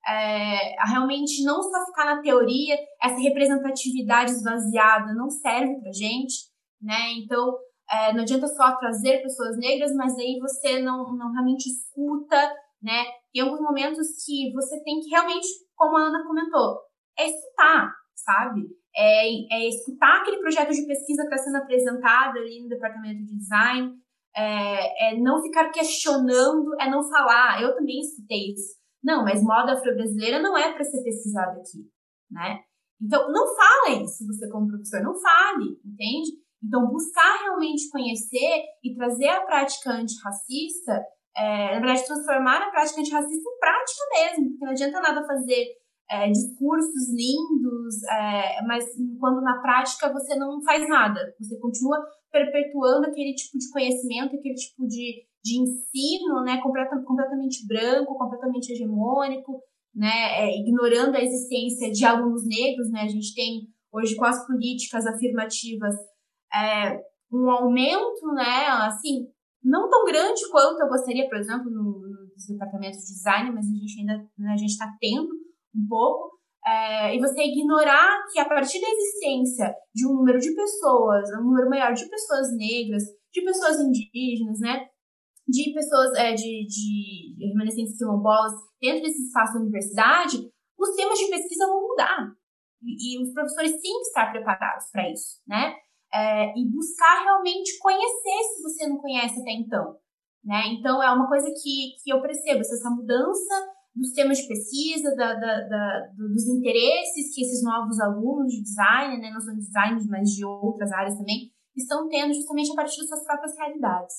a realmente não só ficar na teoria. Essa representatividade esvaziada não serve pra gente, né? Então, não adianta só trazer pessoas negras, mas aí você não realmente escuta, né? Tem alguns momentos que você tem que realmente, como a Ana comentou, escutar, sabe? Escutar aquele projeto de pesquisa que está sendo apresentado ali no departamento de design, não ficar questionando, não falar. Eu também escutei isso. Não, mas moda afro-brasileira não é para ser pesquisada aqui, né? Então, não fala isso, você como professor, não fale, entende? Então, buscar realmente conhecer e trazer a prática antirracista, na verdade, transformar a prática antirracista em prática mesmo, porque não adianta nada fazer discursos lindos, mas quando na prática você não faz nada, você continua perpetuando aquele tipo de conhecimento, aquele tipo de ensino, né, completamente branco, completamente hegemônico, né, ignorando a existência de alunos negros, né. A gente tem hoje com as políticas afirmativas um aumento, né, assim, não tão grande quanto eu gostaria, por exemplo, nos departamentos de design, mas a gente está tendo um pouco, e você ignorar que a partir da existência de um número de pessoas, um número maior de pessoas negras, de pessoas indígenas, né, de pessoas de remanescentes quilombolas dentro desse espaço da universidade, os temas de pesquisa vão mudar. E os professores têm que estar preparados para isso, né? E buscar realmente conhecer se você não conhece até então, né? Então, é uma coisa que eu percebo, essa mudança dos temas de pesquisa, dos interesses que esses novos alunos de design, né, não só de design, mas de outras áreas também, estão tendo justamente a partir das suas próprias realidades.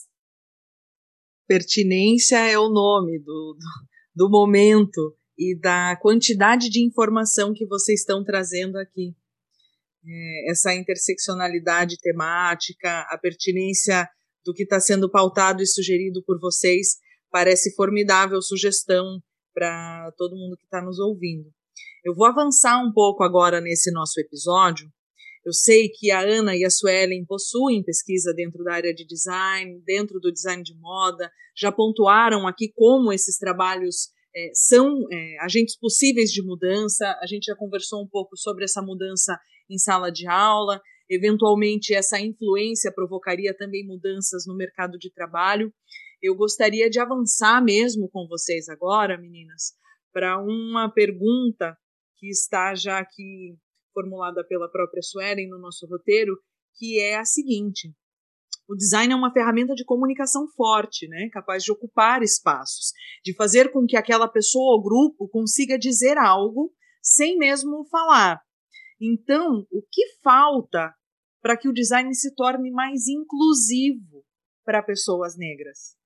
Pertinência é o nome do momento e da quantidade de informação que vocês estão trazendo aqui. Essa interseccionalidade temática, a pertinência do que está sendo pautado e sugerido por vocês. Parece formidável sugestão para todo mundo que está nos ouvindo. Eu vou avançar um pouco agora nesse nosso episódio. Eu sei que a Ana e a Suelen possuem pesquisa dentro da área de design, dentro do design de moda, já pontuaram aqui como esses trabalhos são agentes possíveis de mudança. A gente já conversou um pouco sobre essa mudança em sala de aula, eventualmente essa influência provocaria também mudanças no mercado de trabalho. Eu gostaria de avançar mesmo com vocês agora, meninas, para uma pergunta que está já aqui formulada pela própria Suelen no nosso roteiro, que é a seguinte: o design é uma ferramenta de comunicação forte, né, capaz de ocupar espaços, de fazer com que aquela pessoa ou grupo consiga dizer algo sem mesmo falar. Então, o que falta para que o design se torne mais inclusivo para pessoas negras?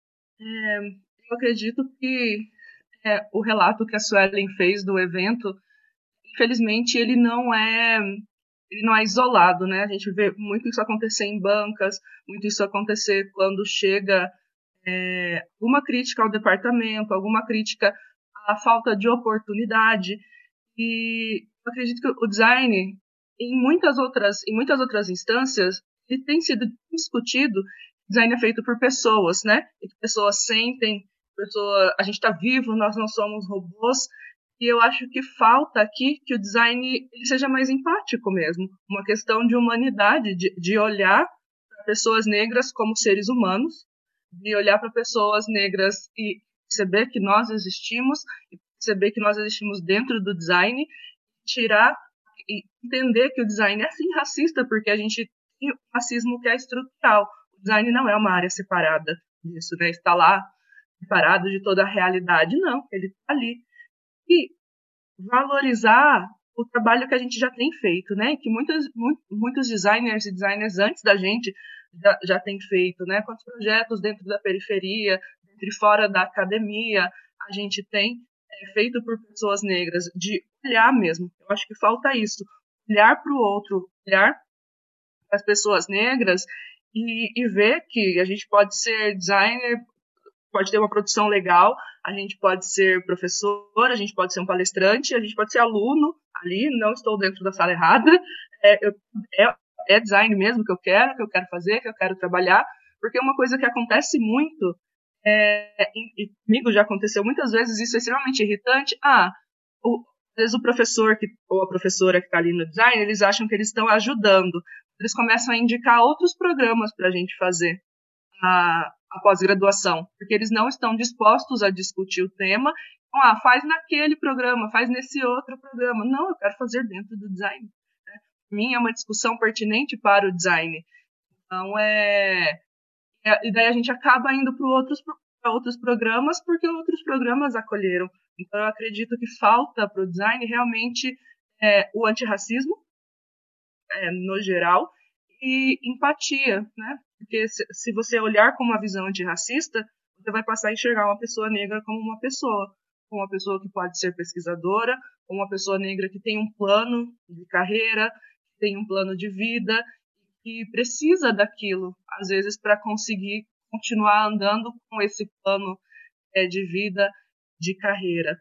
Eu acredito que o relato que a Suelen fez do evento, infelizmente, ele não é isolado, né? A gente vê muito isso acontecer em bancas, muito isso acontecer quando chega alguma crítica ao departamento, alguma crítica à falta de oportunidade. E eu acredito que o design, em muitas outras instâncias, ele tem sido discutido. O design é feito por pessoas, né? E que pessoas sentem, a gente está vivo, nós não somos robôs. E eu acho que falta aqui que o design ele seja mais empático mesmo. Uma questão de humanidade, de olhar para pessoas negras como seres humanos, de olhar para pessoas negras e perceber que nós existimos, e perceber que nós existimos dentro do design, tirar e entender que o design é sim racista, porque a gente tem o racismo que é estrutural. O design não é uma área separada disso, né? Está lá separado de toda a realidade. Não, ele está ali. E valorizar o trabalho que a gente já tem feito, né? Que muitos designers e designers antes da gente já têm feito, né? Quantos projetos dentro da periferia, dentro e fora da academia a gente tem feito por pessoas negras, de olhar mesmo. Eu acho que falta isso, olhar para o outro, olhar para as pessoas negras e ver que a gente pode ser designer, pode ter uma produção legal, a gente pode ser professor, a gente pode ser um palestrante, a gente pode ser aluno ali, não estou dentro da sala errada, é design mesmo que eu quero fazer, que eu quero trabalhar, porque uma coisa que acontece muito, e comigo já aconteceu muitas vezes, isso é extremamente irritante, às vezes o professor ou a professora que está ali no design, eles acham que eles estão ajudando, eles começam a indicar outros programas para a gente fazer a pós-graduação, porque eles não estão dispostos a discutir o tema. Então, faz naquele programa, faz nesse outro programa. Não, eu quero fazer dentro do design. Né? Para mim, é uma discussão pertinente para o design. Então, e daí a gente acaba indo para outros programas, porque outros programas acolheram. Então, eu acredito que falta para o design realmente o antirracismo, no geral, e empatia, né? Porque se você olhar com uma visão antirracista, você vai passar a enxergar uma pessoa negra como uma pessoa que pode ser pesquisadora, como uma pessoa negra que tem um plano de carreira, que tem um plano de vida, e precisa daquilo, às vezes, para conseguir continuar andando com esse plano de vida, de carreira.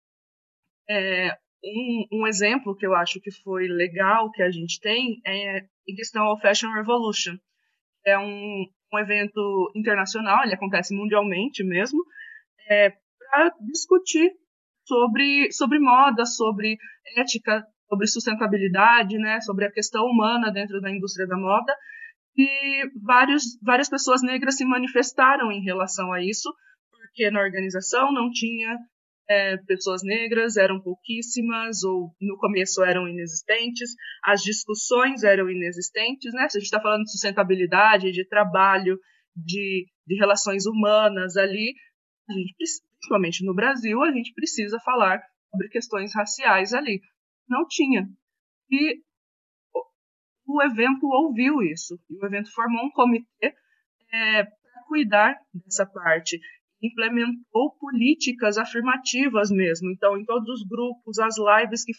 Um exemplo que eu acho que foi legal que a gente tem é em questão ao Fashion Revolution. É um evento internacional, ele acontece mundialmente mesmo, para discutir sobre moda, sobre ética, sobre sustentabilidade, né, sobre a questão humana dentro da indústria da moda. E várias pessoas negras se manifestaram em relação a isso, porque na organização não tinha pessoas negras, eram pouquíssimas, ou no começo eram inexistentes, as discussões eram inexistentes, né? Se a gente está falando de sustentabilidade, de trabalho, de relações humanas ali, a gente, principalmente no Brasil, a gente precisa falar sobre questões raciais ali. Não tinha. E o evento ouviu isso, e o evento formou um comitê para cuidar dessa parte, implementou políticas afirmativas mesmo. Então, em todos os grupos, as lives que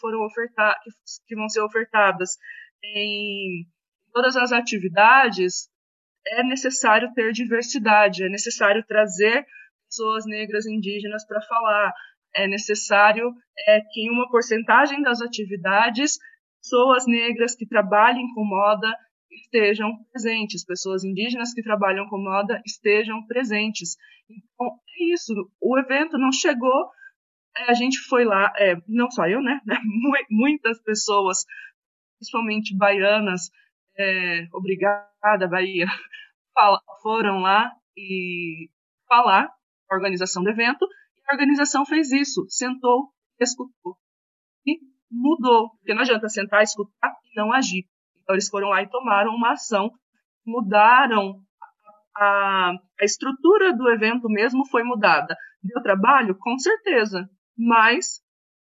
vão ser ofertadas, em todas as atividades, é necessário ter diversidade, é necessário trazer pessoas negras e indígenas para falar, é necessário que em uma porcentagem das atividades, pessoas negras que trabalhem com moda estejam presentes, pessoas indígenas que trabalham com moda estejam presentes. Então, é isso, o evento não chegou, a gente foi lá, não só eu, né? Muitas pessoas, principalmente baianas, obrigada, Bahia, foram lá e falar a organização do evento, e a organização fez isso, sentou, escutou e mudou, porque não adianta sentar, escutar e não agir. Então eles foram lá e tomaram uma ação, mudaram a estrutura do evento mesmo, foi mudada. Deu trabalho? Com certeza, mas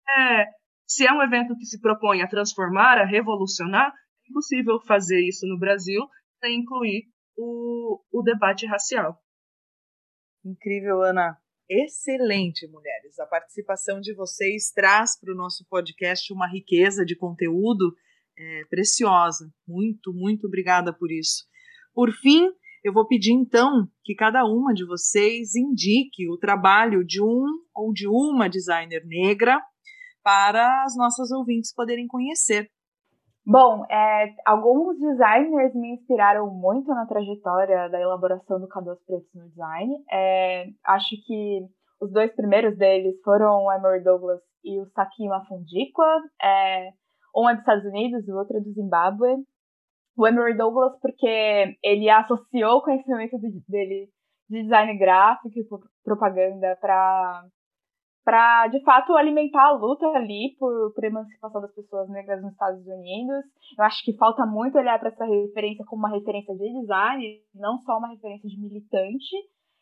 se é um evento que se propõe a transformar, a revolucionar, é impossível fazer isso no Brasil sem incluir o debate racial. Incrível, Ana. Excelente, mulheres. A participação de vocês traz para o nosso podcast uma riqueza de conteúdo preciosa. Muito, muito obrigada por isso. Por fim, eu vou pedir então que cada uma de vocês indique o trabalho de um ou de uma designer negra para as nossas ouvintes poderem conhecer. Bom, alguns designers me inspiraram muito na trajetória da elaboração do K2 Pretos no design. Acho que os dois primeiros deles foram o Emory Douglas e o Saki Mafundikwa. Um é dos Estados Unidos, o outro é do Zimbábue. O Emory Douglas porque ele associou o conhecimento dele de design gráfico e propaganda para, de fato, alimentar a luta ali por emancipação das pessoas negras nos Estados Unidos. Eu acho que falta muito olhar para essa referência como uma referência de design, não só uma referência de militante.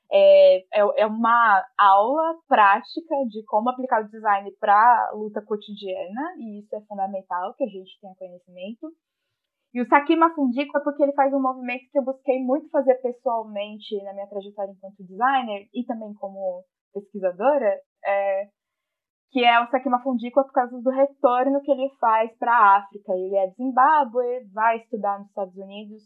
É uma aula prática de como aplicar o design para a luta cotidiana, e isso é fundamental, que a gente tenha conhecimento. E o Saki Mafundikwa é porque ele faz um movimento que eu busquei muito fazer pessoalmente na minha trajetória enquanto designer e também como pesquisadora, que é o Saki Mafundikwa por causa do retorno que ele faz para a África. Ele é de Zimbábue, vai estudar nos Estados Unidos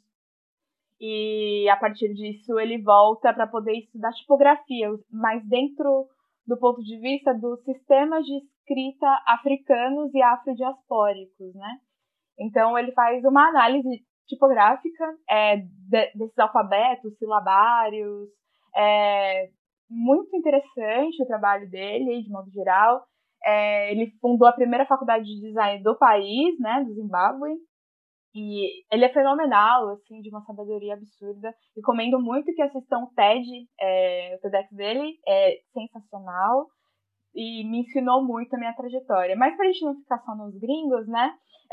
e a partir disso ele volta para poder estudar tipografia, mas dentro do ponto de vista dos sistemas de escrita africanos e afrodiaspóricos, né? Então ele faz uma análise tipográfica desses alfabetos, silabários. Muito interessante o trabalho dele, de modo geral. Ele fundou a primeira faculdade de design do país, né, do Zimbábue, e ele é fenomenal, assim, de uma sabedoria absurda. Recomendo muito que assistam o TED, o TEDx dele, é sensacional e me ensinou muito a minha trajetória. Mas pra gente não ficar só nos gringos, né,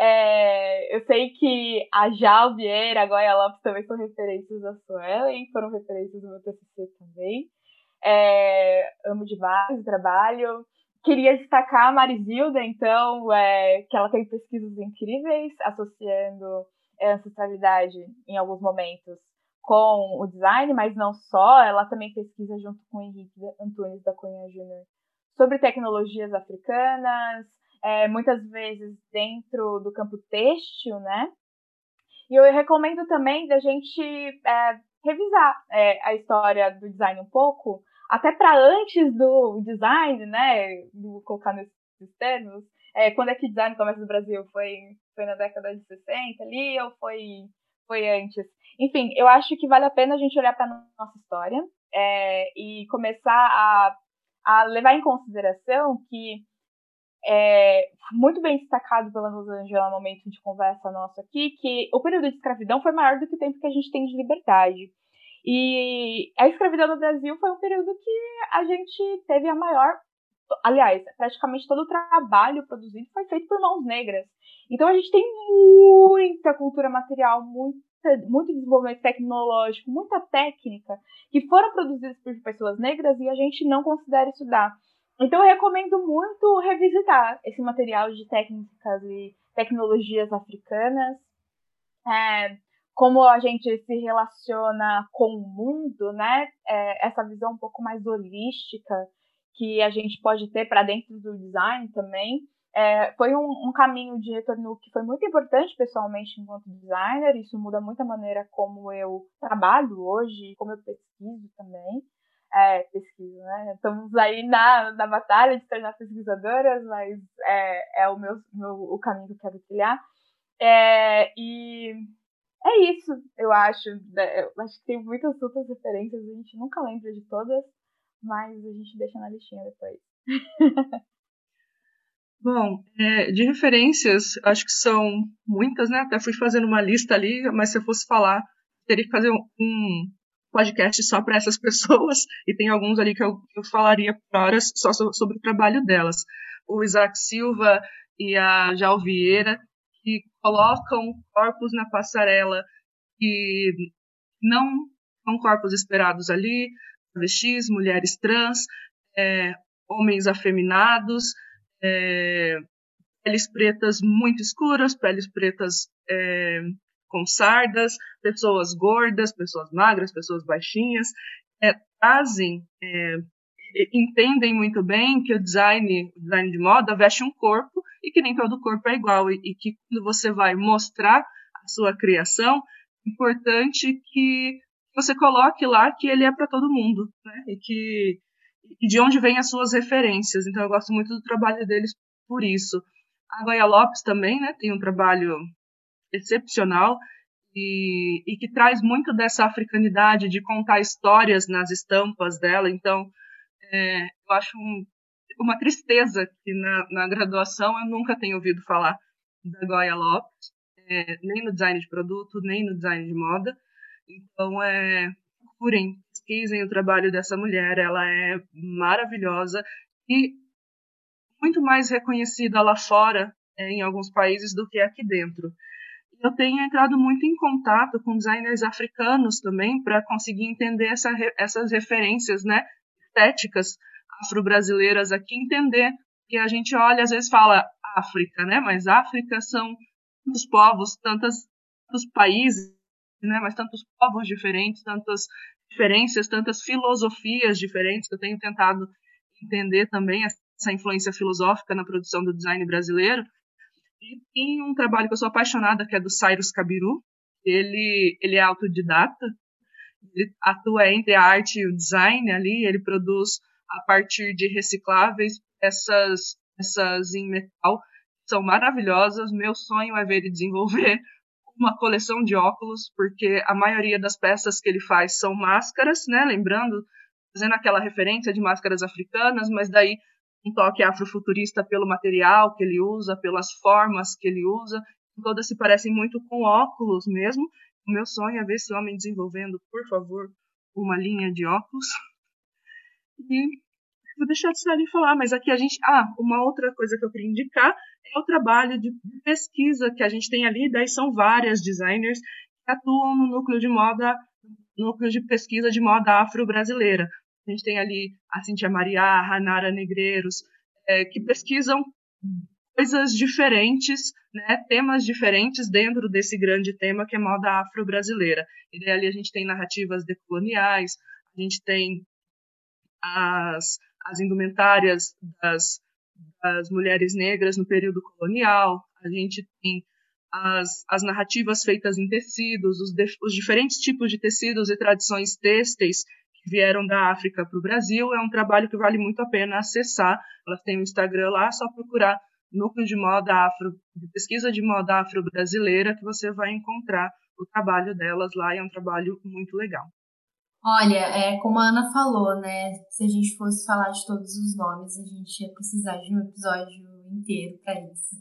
eu sei que a Jal Vieira, a Goya Lopes também são referências da Suelen, foram referências do meu TCC também. Amo demais o trabalho. Queria destacar a Marizilda, então, que ela tem pesquisas incríveis, associando ancestralidade em alguns momentos com o design, mas não só. Ela também pesquisa junto com o Henrique Antunes da Cunha Júnior sobre tecnologias africanas, muitas vezes dentro do campo têxtil, né? E eu recomendo também da gente revisar a história do design um pouco, até para antes do design, né? Vou colocar nesses termos. Quando é que design começa no Brasil? Foi na década de 60 ali ou foi antes? Enfim, eu acho que vale a pena a gente olhar para a nossa história e começar a levar em consideração que muito bem destacado pela Rosângela no momento de conversa nossa aqui, que o período de escravidão foi maior do que o tempo que a gente tem de liberdade. E a escravidão no Brasil foi um período que a gente teve a maior... Aliás, praticamente todo o trabalho produzido foi feito por mãos negras. Então a gente tem muita cultura material, muito desenvolvimento tecnológico, muita técnica que foram produzidas por pessoas negras e a gente não considera estudar. Então eu recomendo muito revisitar esse material de técnicas e tecnologias africanas, como a gente se relaciona com o mundo, né? Essa visão um pouco mais holística que a gente pode ter para dentro do design também. foi um caminho de retorno que foi muito importante pessoalmente enquanto designer. Isso muda muito a maneira como eu trabalho hoje, como eu pesquiso também. Pesquiso, né? Estamos aí na batalha de se tornar pesquisadoras, mas é o caminho que eu quero trilhar. E é isso, eu acho. Eu acho que tem muitas outras referências, a gente nunca lembra de todas, mas a gente deixa na listinha depois. Bom, de referências, acho que são muitas, né? Até fui fazendo uma lista ali, mas se eu fosse falar, teria que fazer um podcast só para essas pessoas, e tem alguns ali que eu falaria por horas só sobre o trabalho delas. O Isaac Silva e a Jal Vieira, que colocam corpos na passarela que não são corpos esperados ali, travestis, mulheres trans, homens afeminados, peles pretas muito escuras, peles pretas com sardas, pessoas gordas, pessoas magras, pessoas baixinhas, entendem muito bem que o design de moda veste um corpo e que nem todo corpo é igual, e que quando você vai mostrar a sua criação, é importante que você coloque lá que ele é para todo mundo, né? E de onde vêm as suas referências. Então eu gosto muito do trabalho deles por isso. A Goya Lopes também, né, tem um trabalho excepcional e que traz muito dessa africanidade de contar histórias nas estampas dela. Então eu acho uma tristeza que na graduação eu nunca tenho ouvido falar da Goya Lopes, nem no design de produto, nem no design de moda. Então, procurem, pesquisem o trabalho dessa mulher, ela é maravilhosa e muito mais reconhecida lá fora, em alguns países, do que aqui dentro. Eu tenho entrado muito em contato com designers africanos também para conseguir entender essas referências, né, estéticas afro-brasileiras aqui, entender que a gente olha, às vezes fala África, né, mas África são tantos povos, tantos países, né, mas tantos povos diferentes, tantas diferenças, tantas filosofias diferentes, que eu tenho tentado entender também essa influência filosófica na produção do design brasileiro. E tem um trabalho que eu sou apaixonada, que é do Cyrus Kabiru. Ele é autodidata, ele atua entre a arte e o design ali, ele produz a partir de recicláveis essas em metal, são maravilhosas. Meu sonho é ver ele desenvolver uma coleção de óculos, porque a maioria das peças que ele faz são máscaras, né? Lembrando, fazendo aquela referência de máscaras africanas, mas daí um toque afrofuturista pelo material que ele usa, pelas formas que ele usa, todas se parecem muito com óculos mesmo. O meu sonho é ver esse homem desenvolvendo, por favor, uma linha de óculos. E vou deixar de Sally falar, mas aqui a gente... uma outra coisa que eu queria indicar é o trabalho de pesquisa que a gente tem ali, daí são várias designers que atuam no núcleo de pesquisa de moda afro-brasileira. A gente tem ali a Cíntia Mariá, a Hanara Negreiros, que pesquisam coisas diferentes, né, temas diferentes dentro desse grande tema que é moda afro-brasileira. E daí ali a gente tem narrativas decoloniais, a gente tem as indumentárias das mulheres negras no período colonial, a gente tem as narrativas feitas em tecidos, os diferentes tipos de tecidos e tradições têxteis que vieram da África para o Brasil. É um trabalho que vale muito a pena acessar. Elas têm um Instagram lá, só procurar Núcleo de Moda Afro, de Pesquisa de Moda Afro-Brasileira, que você vai encontrar o trabalho delas lá, e é um trabalho muito legal. Olha, como a Ana falou, né? Se a gente fosse falar de todos os nomes, a gente ia precisar de um episódio inteiro para isso.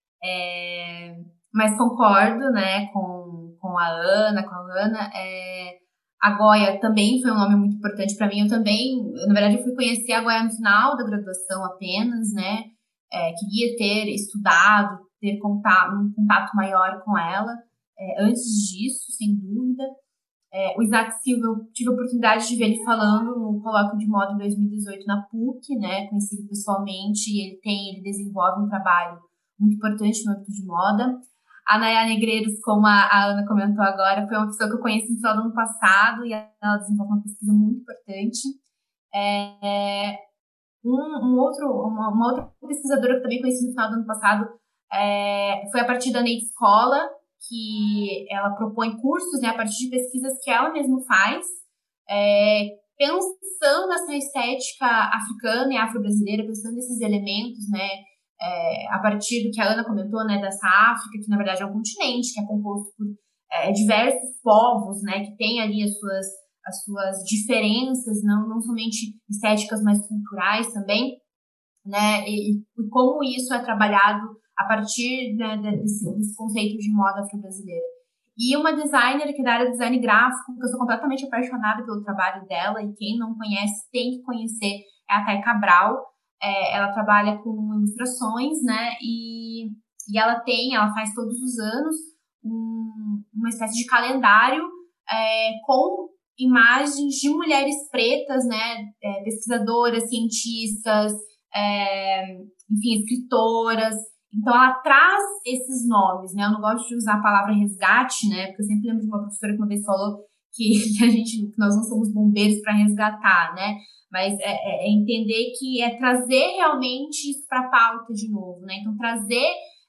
Mas concordo, né, com a Ana, a Goya também foi um nome muito importante para mim. Na verdade, eu fui conhecer a Goya no final da graduação apenas, né? Queria ter estudado, ter um contato maior com ela antes disso, sem dúvida. O Isaac Silva, eu tive a oportunidade de ver ele falando no colóquio de moda em 2018 na PUC, né? Conheci ele pessoalmente e ele desenvolve um trabalho muito importante no âmbito de moda. A Nayá Negreiros, como a Ana comentou agora, foi uma pessoa que eu conheci no final do ano passado e ela desenvolve uma pesquisa muito importante. Uma outra pesquisadora que eu também conheci no final do ano passado foi a partir da Neide Escola, que ela propõe cursos, né, a partir de pesquisas que ela mesma faz, pensando nessa estética africana e afro-brasileira, pensando nesses elementos, né, a partir do que a Ana comentou, né, dessa África, que na verdade é um continente, que é composto por diversos povos, né, que tem ali as suas diferenças, não somente estéticas, mas culturais também, né, e como isso é trabalhado a partir, né, desse conceito de moda afro-brasileira. E uma designer que é da área do design gráfico, que eu sou completamente apaixonada pelo trabalho dela, e quem não conhece tem que conhecer, é a Thay Cabral. Ela trabalha com ilustrações, né, e ela faz todos os anos uma espécie de calendário com imagens de mulheres pretas, né, pesquisadoras, cientistas, enfim, escritoras. Então, ela traz esses nomes, né? Eu não gosto de usar a palavra resgate, né? Porque eu sempre lembro de uma professora que uma vez falou que nós não somos bombeiros para resgatar, né? Mas é entender que é trazer realmente isso para a pauta de novo, né? Então, trazer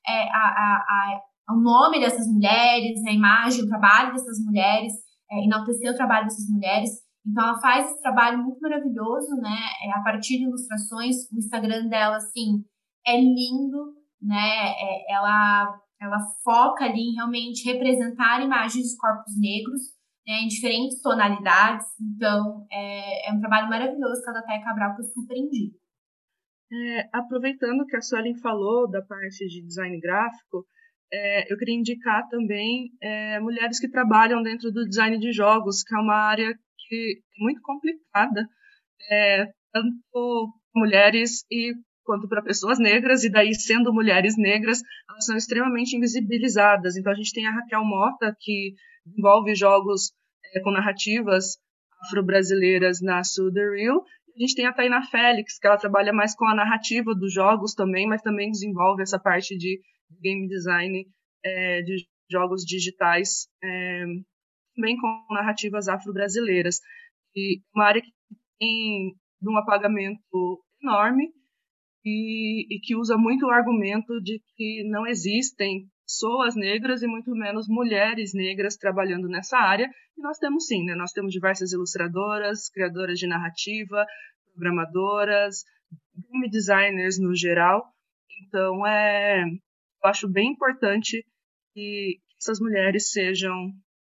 o nome dessas mulheres, a imagem, o trabalho dessas mulheres, enaltecer o trabalho dessas mulheres. Então, ela faz esse trabalho muito maravilhoso, né? A partir de ilustrações. O Instagram dela, assim, é lindo, né? Ela foca ali em realmente representar imagens de corpos negros, né, em diferentes tonalidades. Então, é um trabalho maravilhoso que a da Thay Cabral, que eu super indico. Aproveitando que a Suelen falou da parte de design gráfico, eu queria indicar também mulheres que trabalham dentro do design de jogos, que é uma área que é muito complicada, tanto para mulheres quanto para pessoas negras, e daí, sendo mulheres negras, elas são extremamente invisibilizadas. Então, a gente tem a Raquel Mota, que desenvolve jogos com narrativas afro-brasileiras na Surreal. A gente tem a Tainá Félix, que ela trabalha mais com a narrativa dos jogos também, mas também desenvolve essa parte de game design de jogos digitais, também com narrativas afro-brasileiras. E uma área que tem um apagamento enorme e que usa muito o argumento de que não existem pessoas negras e muito menos mulheres negras trabalhando nessa área. E nós temos sim, né? Nós temos diversas ilustradoras, criadoras de narrativa, programadoras, game designers no geral. Então, eu acho bem importante que essas mulheres sejam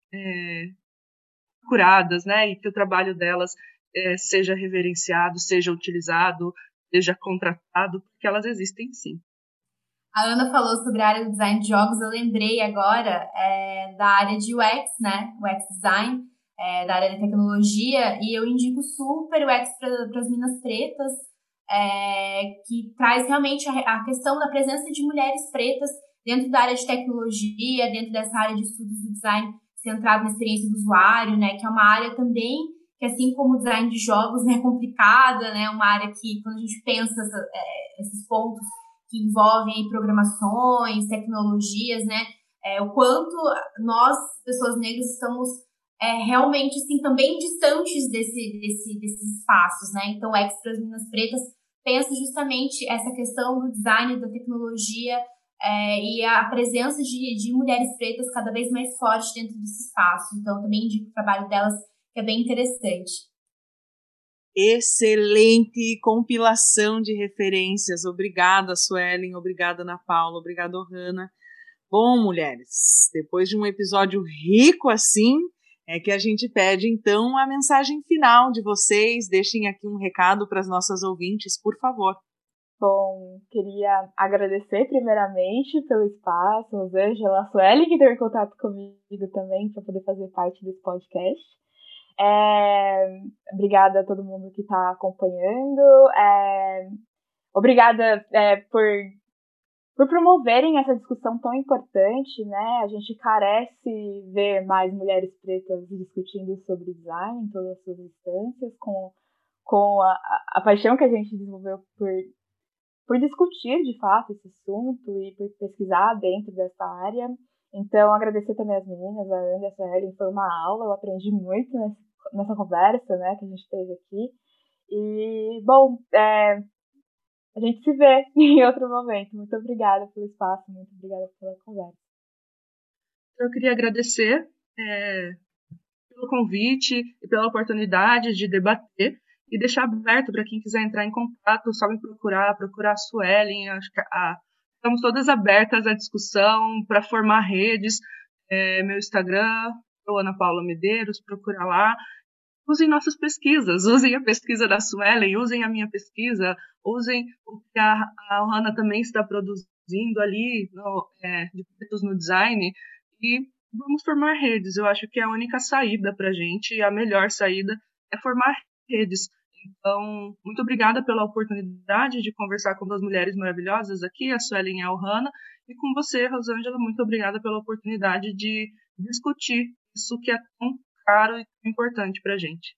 curadas, né? E que o trabalho delas seja reverenciado, seja utilizado, seja contratado, porque elas existem sim. A Ana falou sobre a área do design de jogos, eu lembrei agora da área de UX, né? UX design, da área de tecnologia, e eu indico super o UX para as minas pretas, que traz realmente a questão da presença de mulheres pretas dentro da área de tecnologia, dentro dessa área de estudos do design centrado na experiência do usuário, né? Que é uma área também que, assim como o design de jogos, né, é complicada, né? Uma área que, quando a gente pensa esses pontos que envolvem programações, tecnologias, né? O quanto nós, pessoas negras, estamos realmente, assim, também distantes desses espaços, né? Então, o Extra das Minas Pretas pensa justamente essa questão do design, da tecnologia e a presença de mulheres pretas cada vez mais forte dentro desse espaço. Então, também indico o trabalho delas, que é bem interessante. Excelente compilação de referências. Obrigada, Suelen. Obrigada, Ana Paula. Obrigada, Hanna. Bom, mulheres, depois de um episódio rico assim, é que a gente pede, então, a mensagem final de vocês. Deixem aqui um recado para as nossas ouvintes, por favor. Bom, queria agradecer primeiramente pelo espaço, Rosângela, a Suelen, que teve contato comigo também para poder fazer parte desse podcast. Obrigada a todo mundo que está acompanhando. Obrigada por promoverem essa discussão tão importante, né? A gente carece ver mais mulheres pretas discutindo sobre design em todas as suas instâncias, com a paixão que a gente desenvolveu por discutir, de fato, esse assunto e por pesquisar dentro dessa área. Então, agradecer também as meninas, a Ana e a Suelen, foi uma aula, eu aprendi muito nessa conversa, né, que a gente teve aqui. E, bom, a gente se vê em outro momento. Muito obrigada pelo espaço, muito obrigada pela conversa. Eu queria agradecer pelo convite e pela oportunidade de debater e deixar aberto para quem quiser entrar em contato, só me procurar a Suelen. Acho que estamos todas abertas à discussão para formar redes. Meu Instagram, Ana Paula Medeiros, procura lá. Usem nossas pesquisas, usem a pesquisa da Suelen, usem a minha pesquisa, usem o que a Hanna também está produzindo ali de projetos no design e vamos formar redes. Eu acho que a única saída para a gente, a melhor saída, é formar redes. Então, muito obrigada pela oportunidade de conversar com duas mulheres maravilhosas aqui, a Suelen e a Hanna, e com você, Rosângela, muito obrigada pela oportunidade de discutir isso que é tão caro e importante para a gente.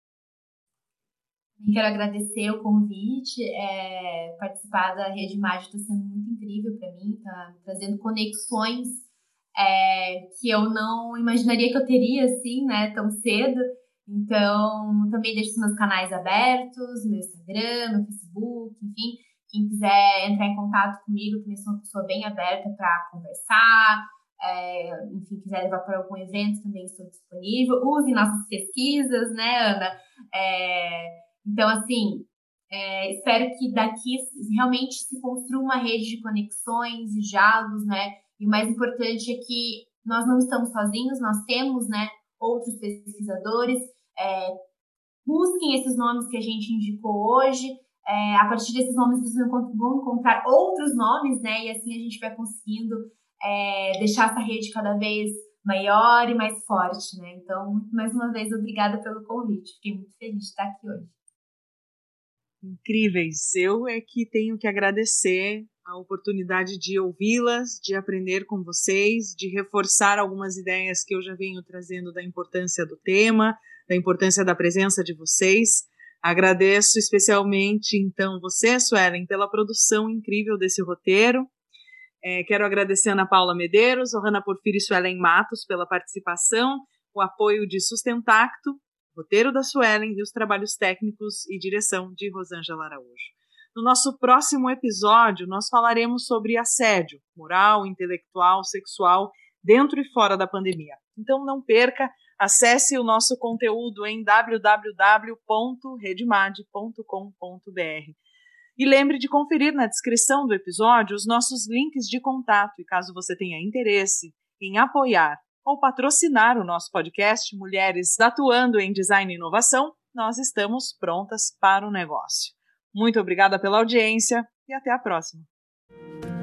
Quero agradecer o convite. Participar da Rede Mage está sendo muito incrível para mim, está trazendo conexões que eu não imaginaria que eu teria assim, né, tão cedo. Então, também deixo os meus canais abertos, meu Instagram, meu Facebook, enfim. Quem quiser entrar em contato comigo, também sou uma pessoa bem aberta para conversar. Enfim, quiser levar para algum evento, também estou disponível. Use nossas pesquisas, né, Ana? Então, assim, espero que daqui realmente se construa uma rede de conexões e diálogos, né? E o mais importante é que nós não estamos sozinhos, nós temos, né, outros pesquisadores. Busquem esses nomes que a gente indicou hoje. A partir desses nomes, vocês vão encontrar outros nomes, né? E assim a gente vai conseguindo deixar essa rede cada vez maior e mais forte, né? Então, mais uma vez, obrigada pelo convite. Fiquei muito feliz de estar aqui hoje. Incríveis. Eu é que tenho que agradecer a oportunidade de ouvi-las, de aprender com vocês, de reforçar algumas ideias que eu já venho trazendo da importância do tema, da importância da presença de vocês. Agradeço especialmente, então, você, Suelen, pela produção incrível desse roteiro. Quero agradecer a Ana Paula Medeiros, Hanna Porfírio e Suelen Matos pela participação, o apoio de Sustentacto, roteiro da Suelen e os trabalhos técnicos e direção de Rosângela Araújo. No nosso próximo episódio, nós falaremos sobre assédio moral, intelectual, sexual, dentro e fora da pandemia. Então não perca, acesse o nosso conteúdo em www.redmad.com.br. E lembre de conferir na descrição do episódio os nossos links de contato e caso você tenha interesse em apoiar ou patrocinar o nosso podcast Mulheres Atuando em Design e Inovação, nós estamos prontas para o negócio. Muito obrigada pela audiência e até a próxima.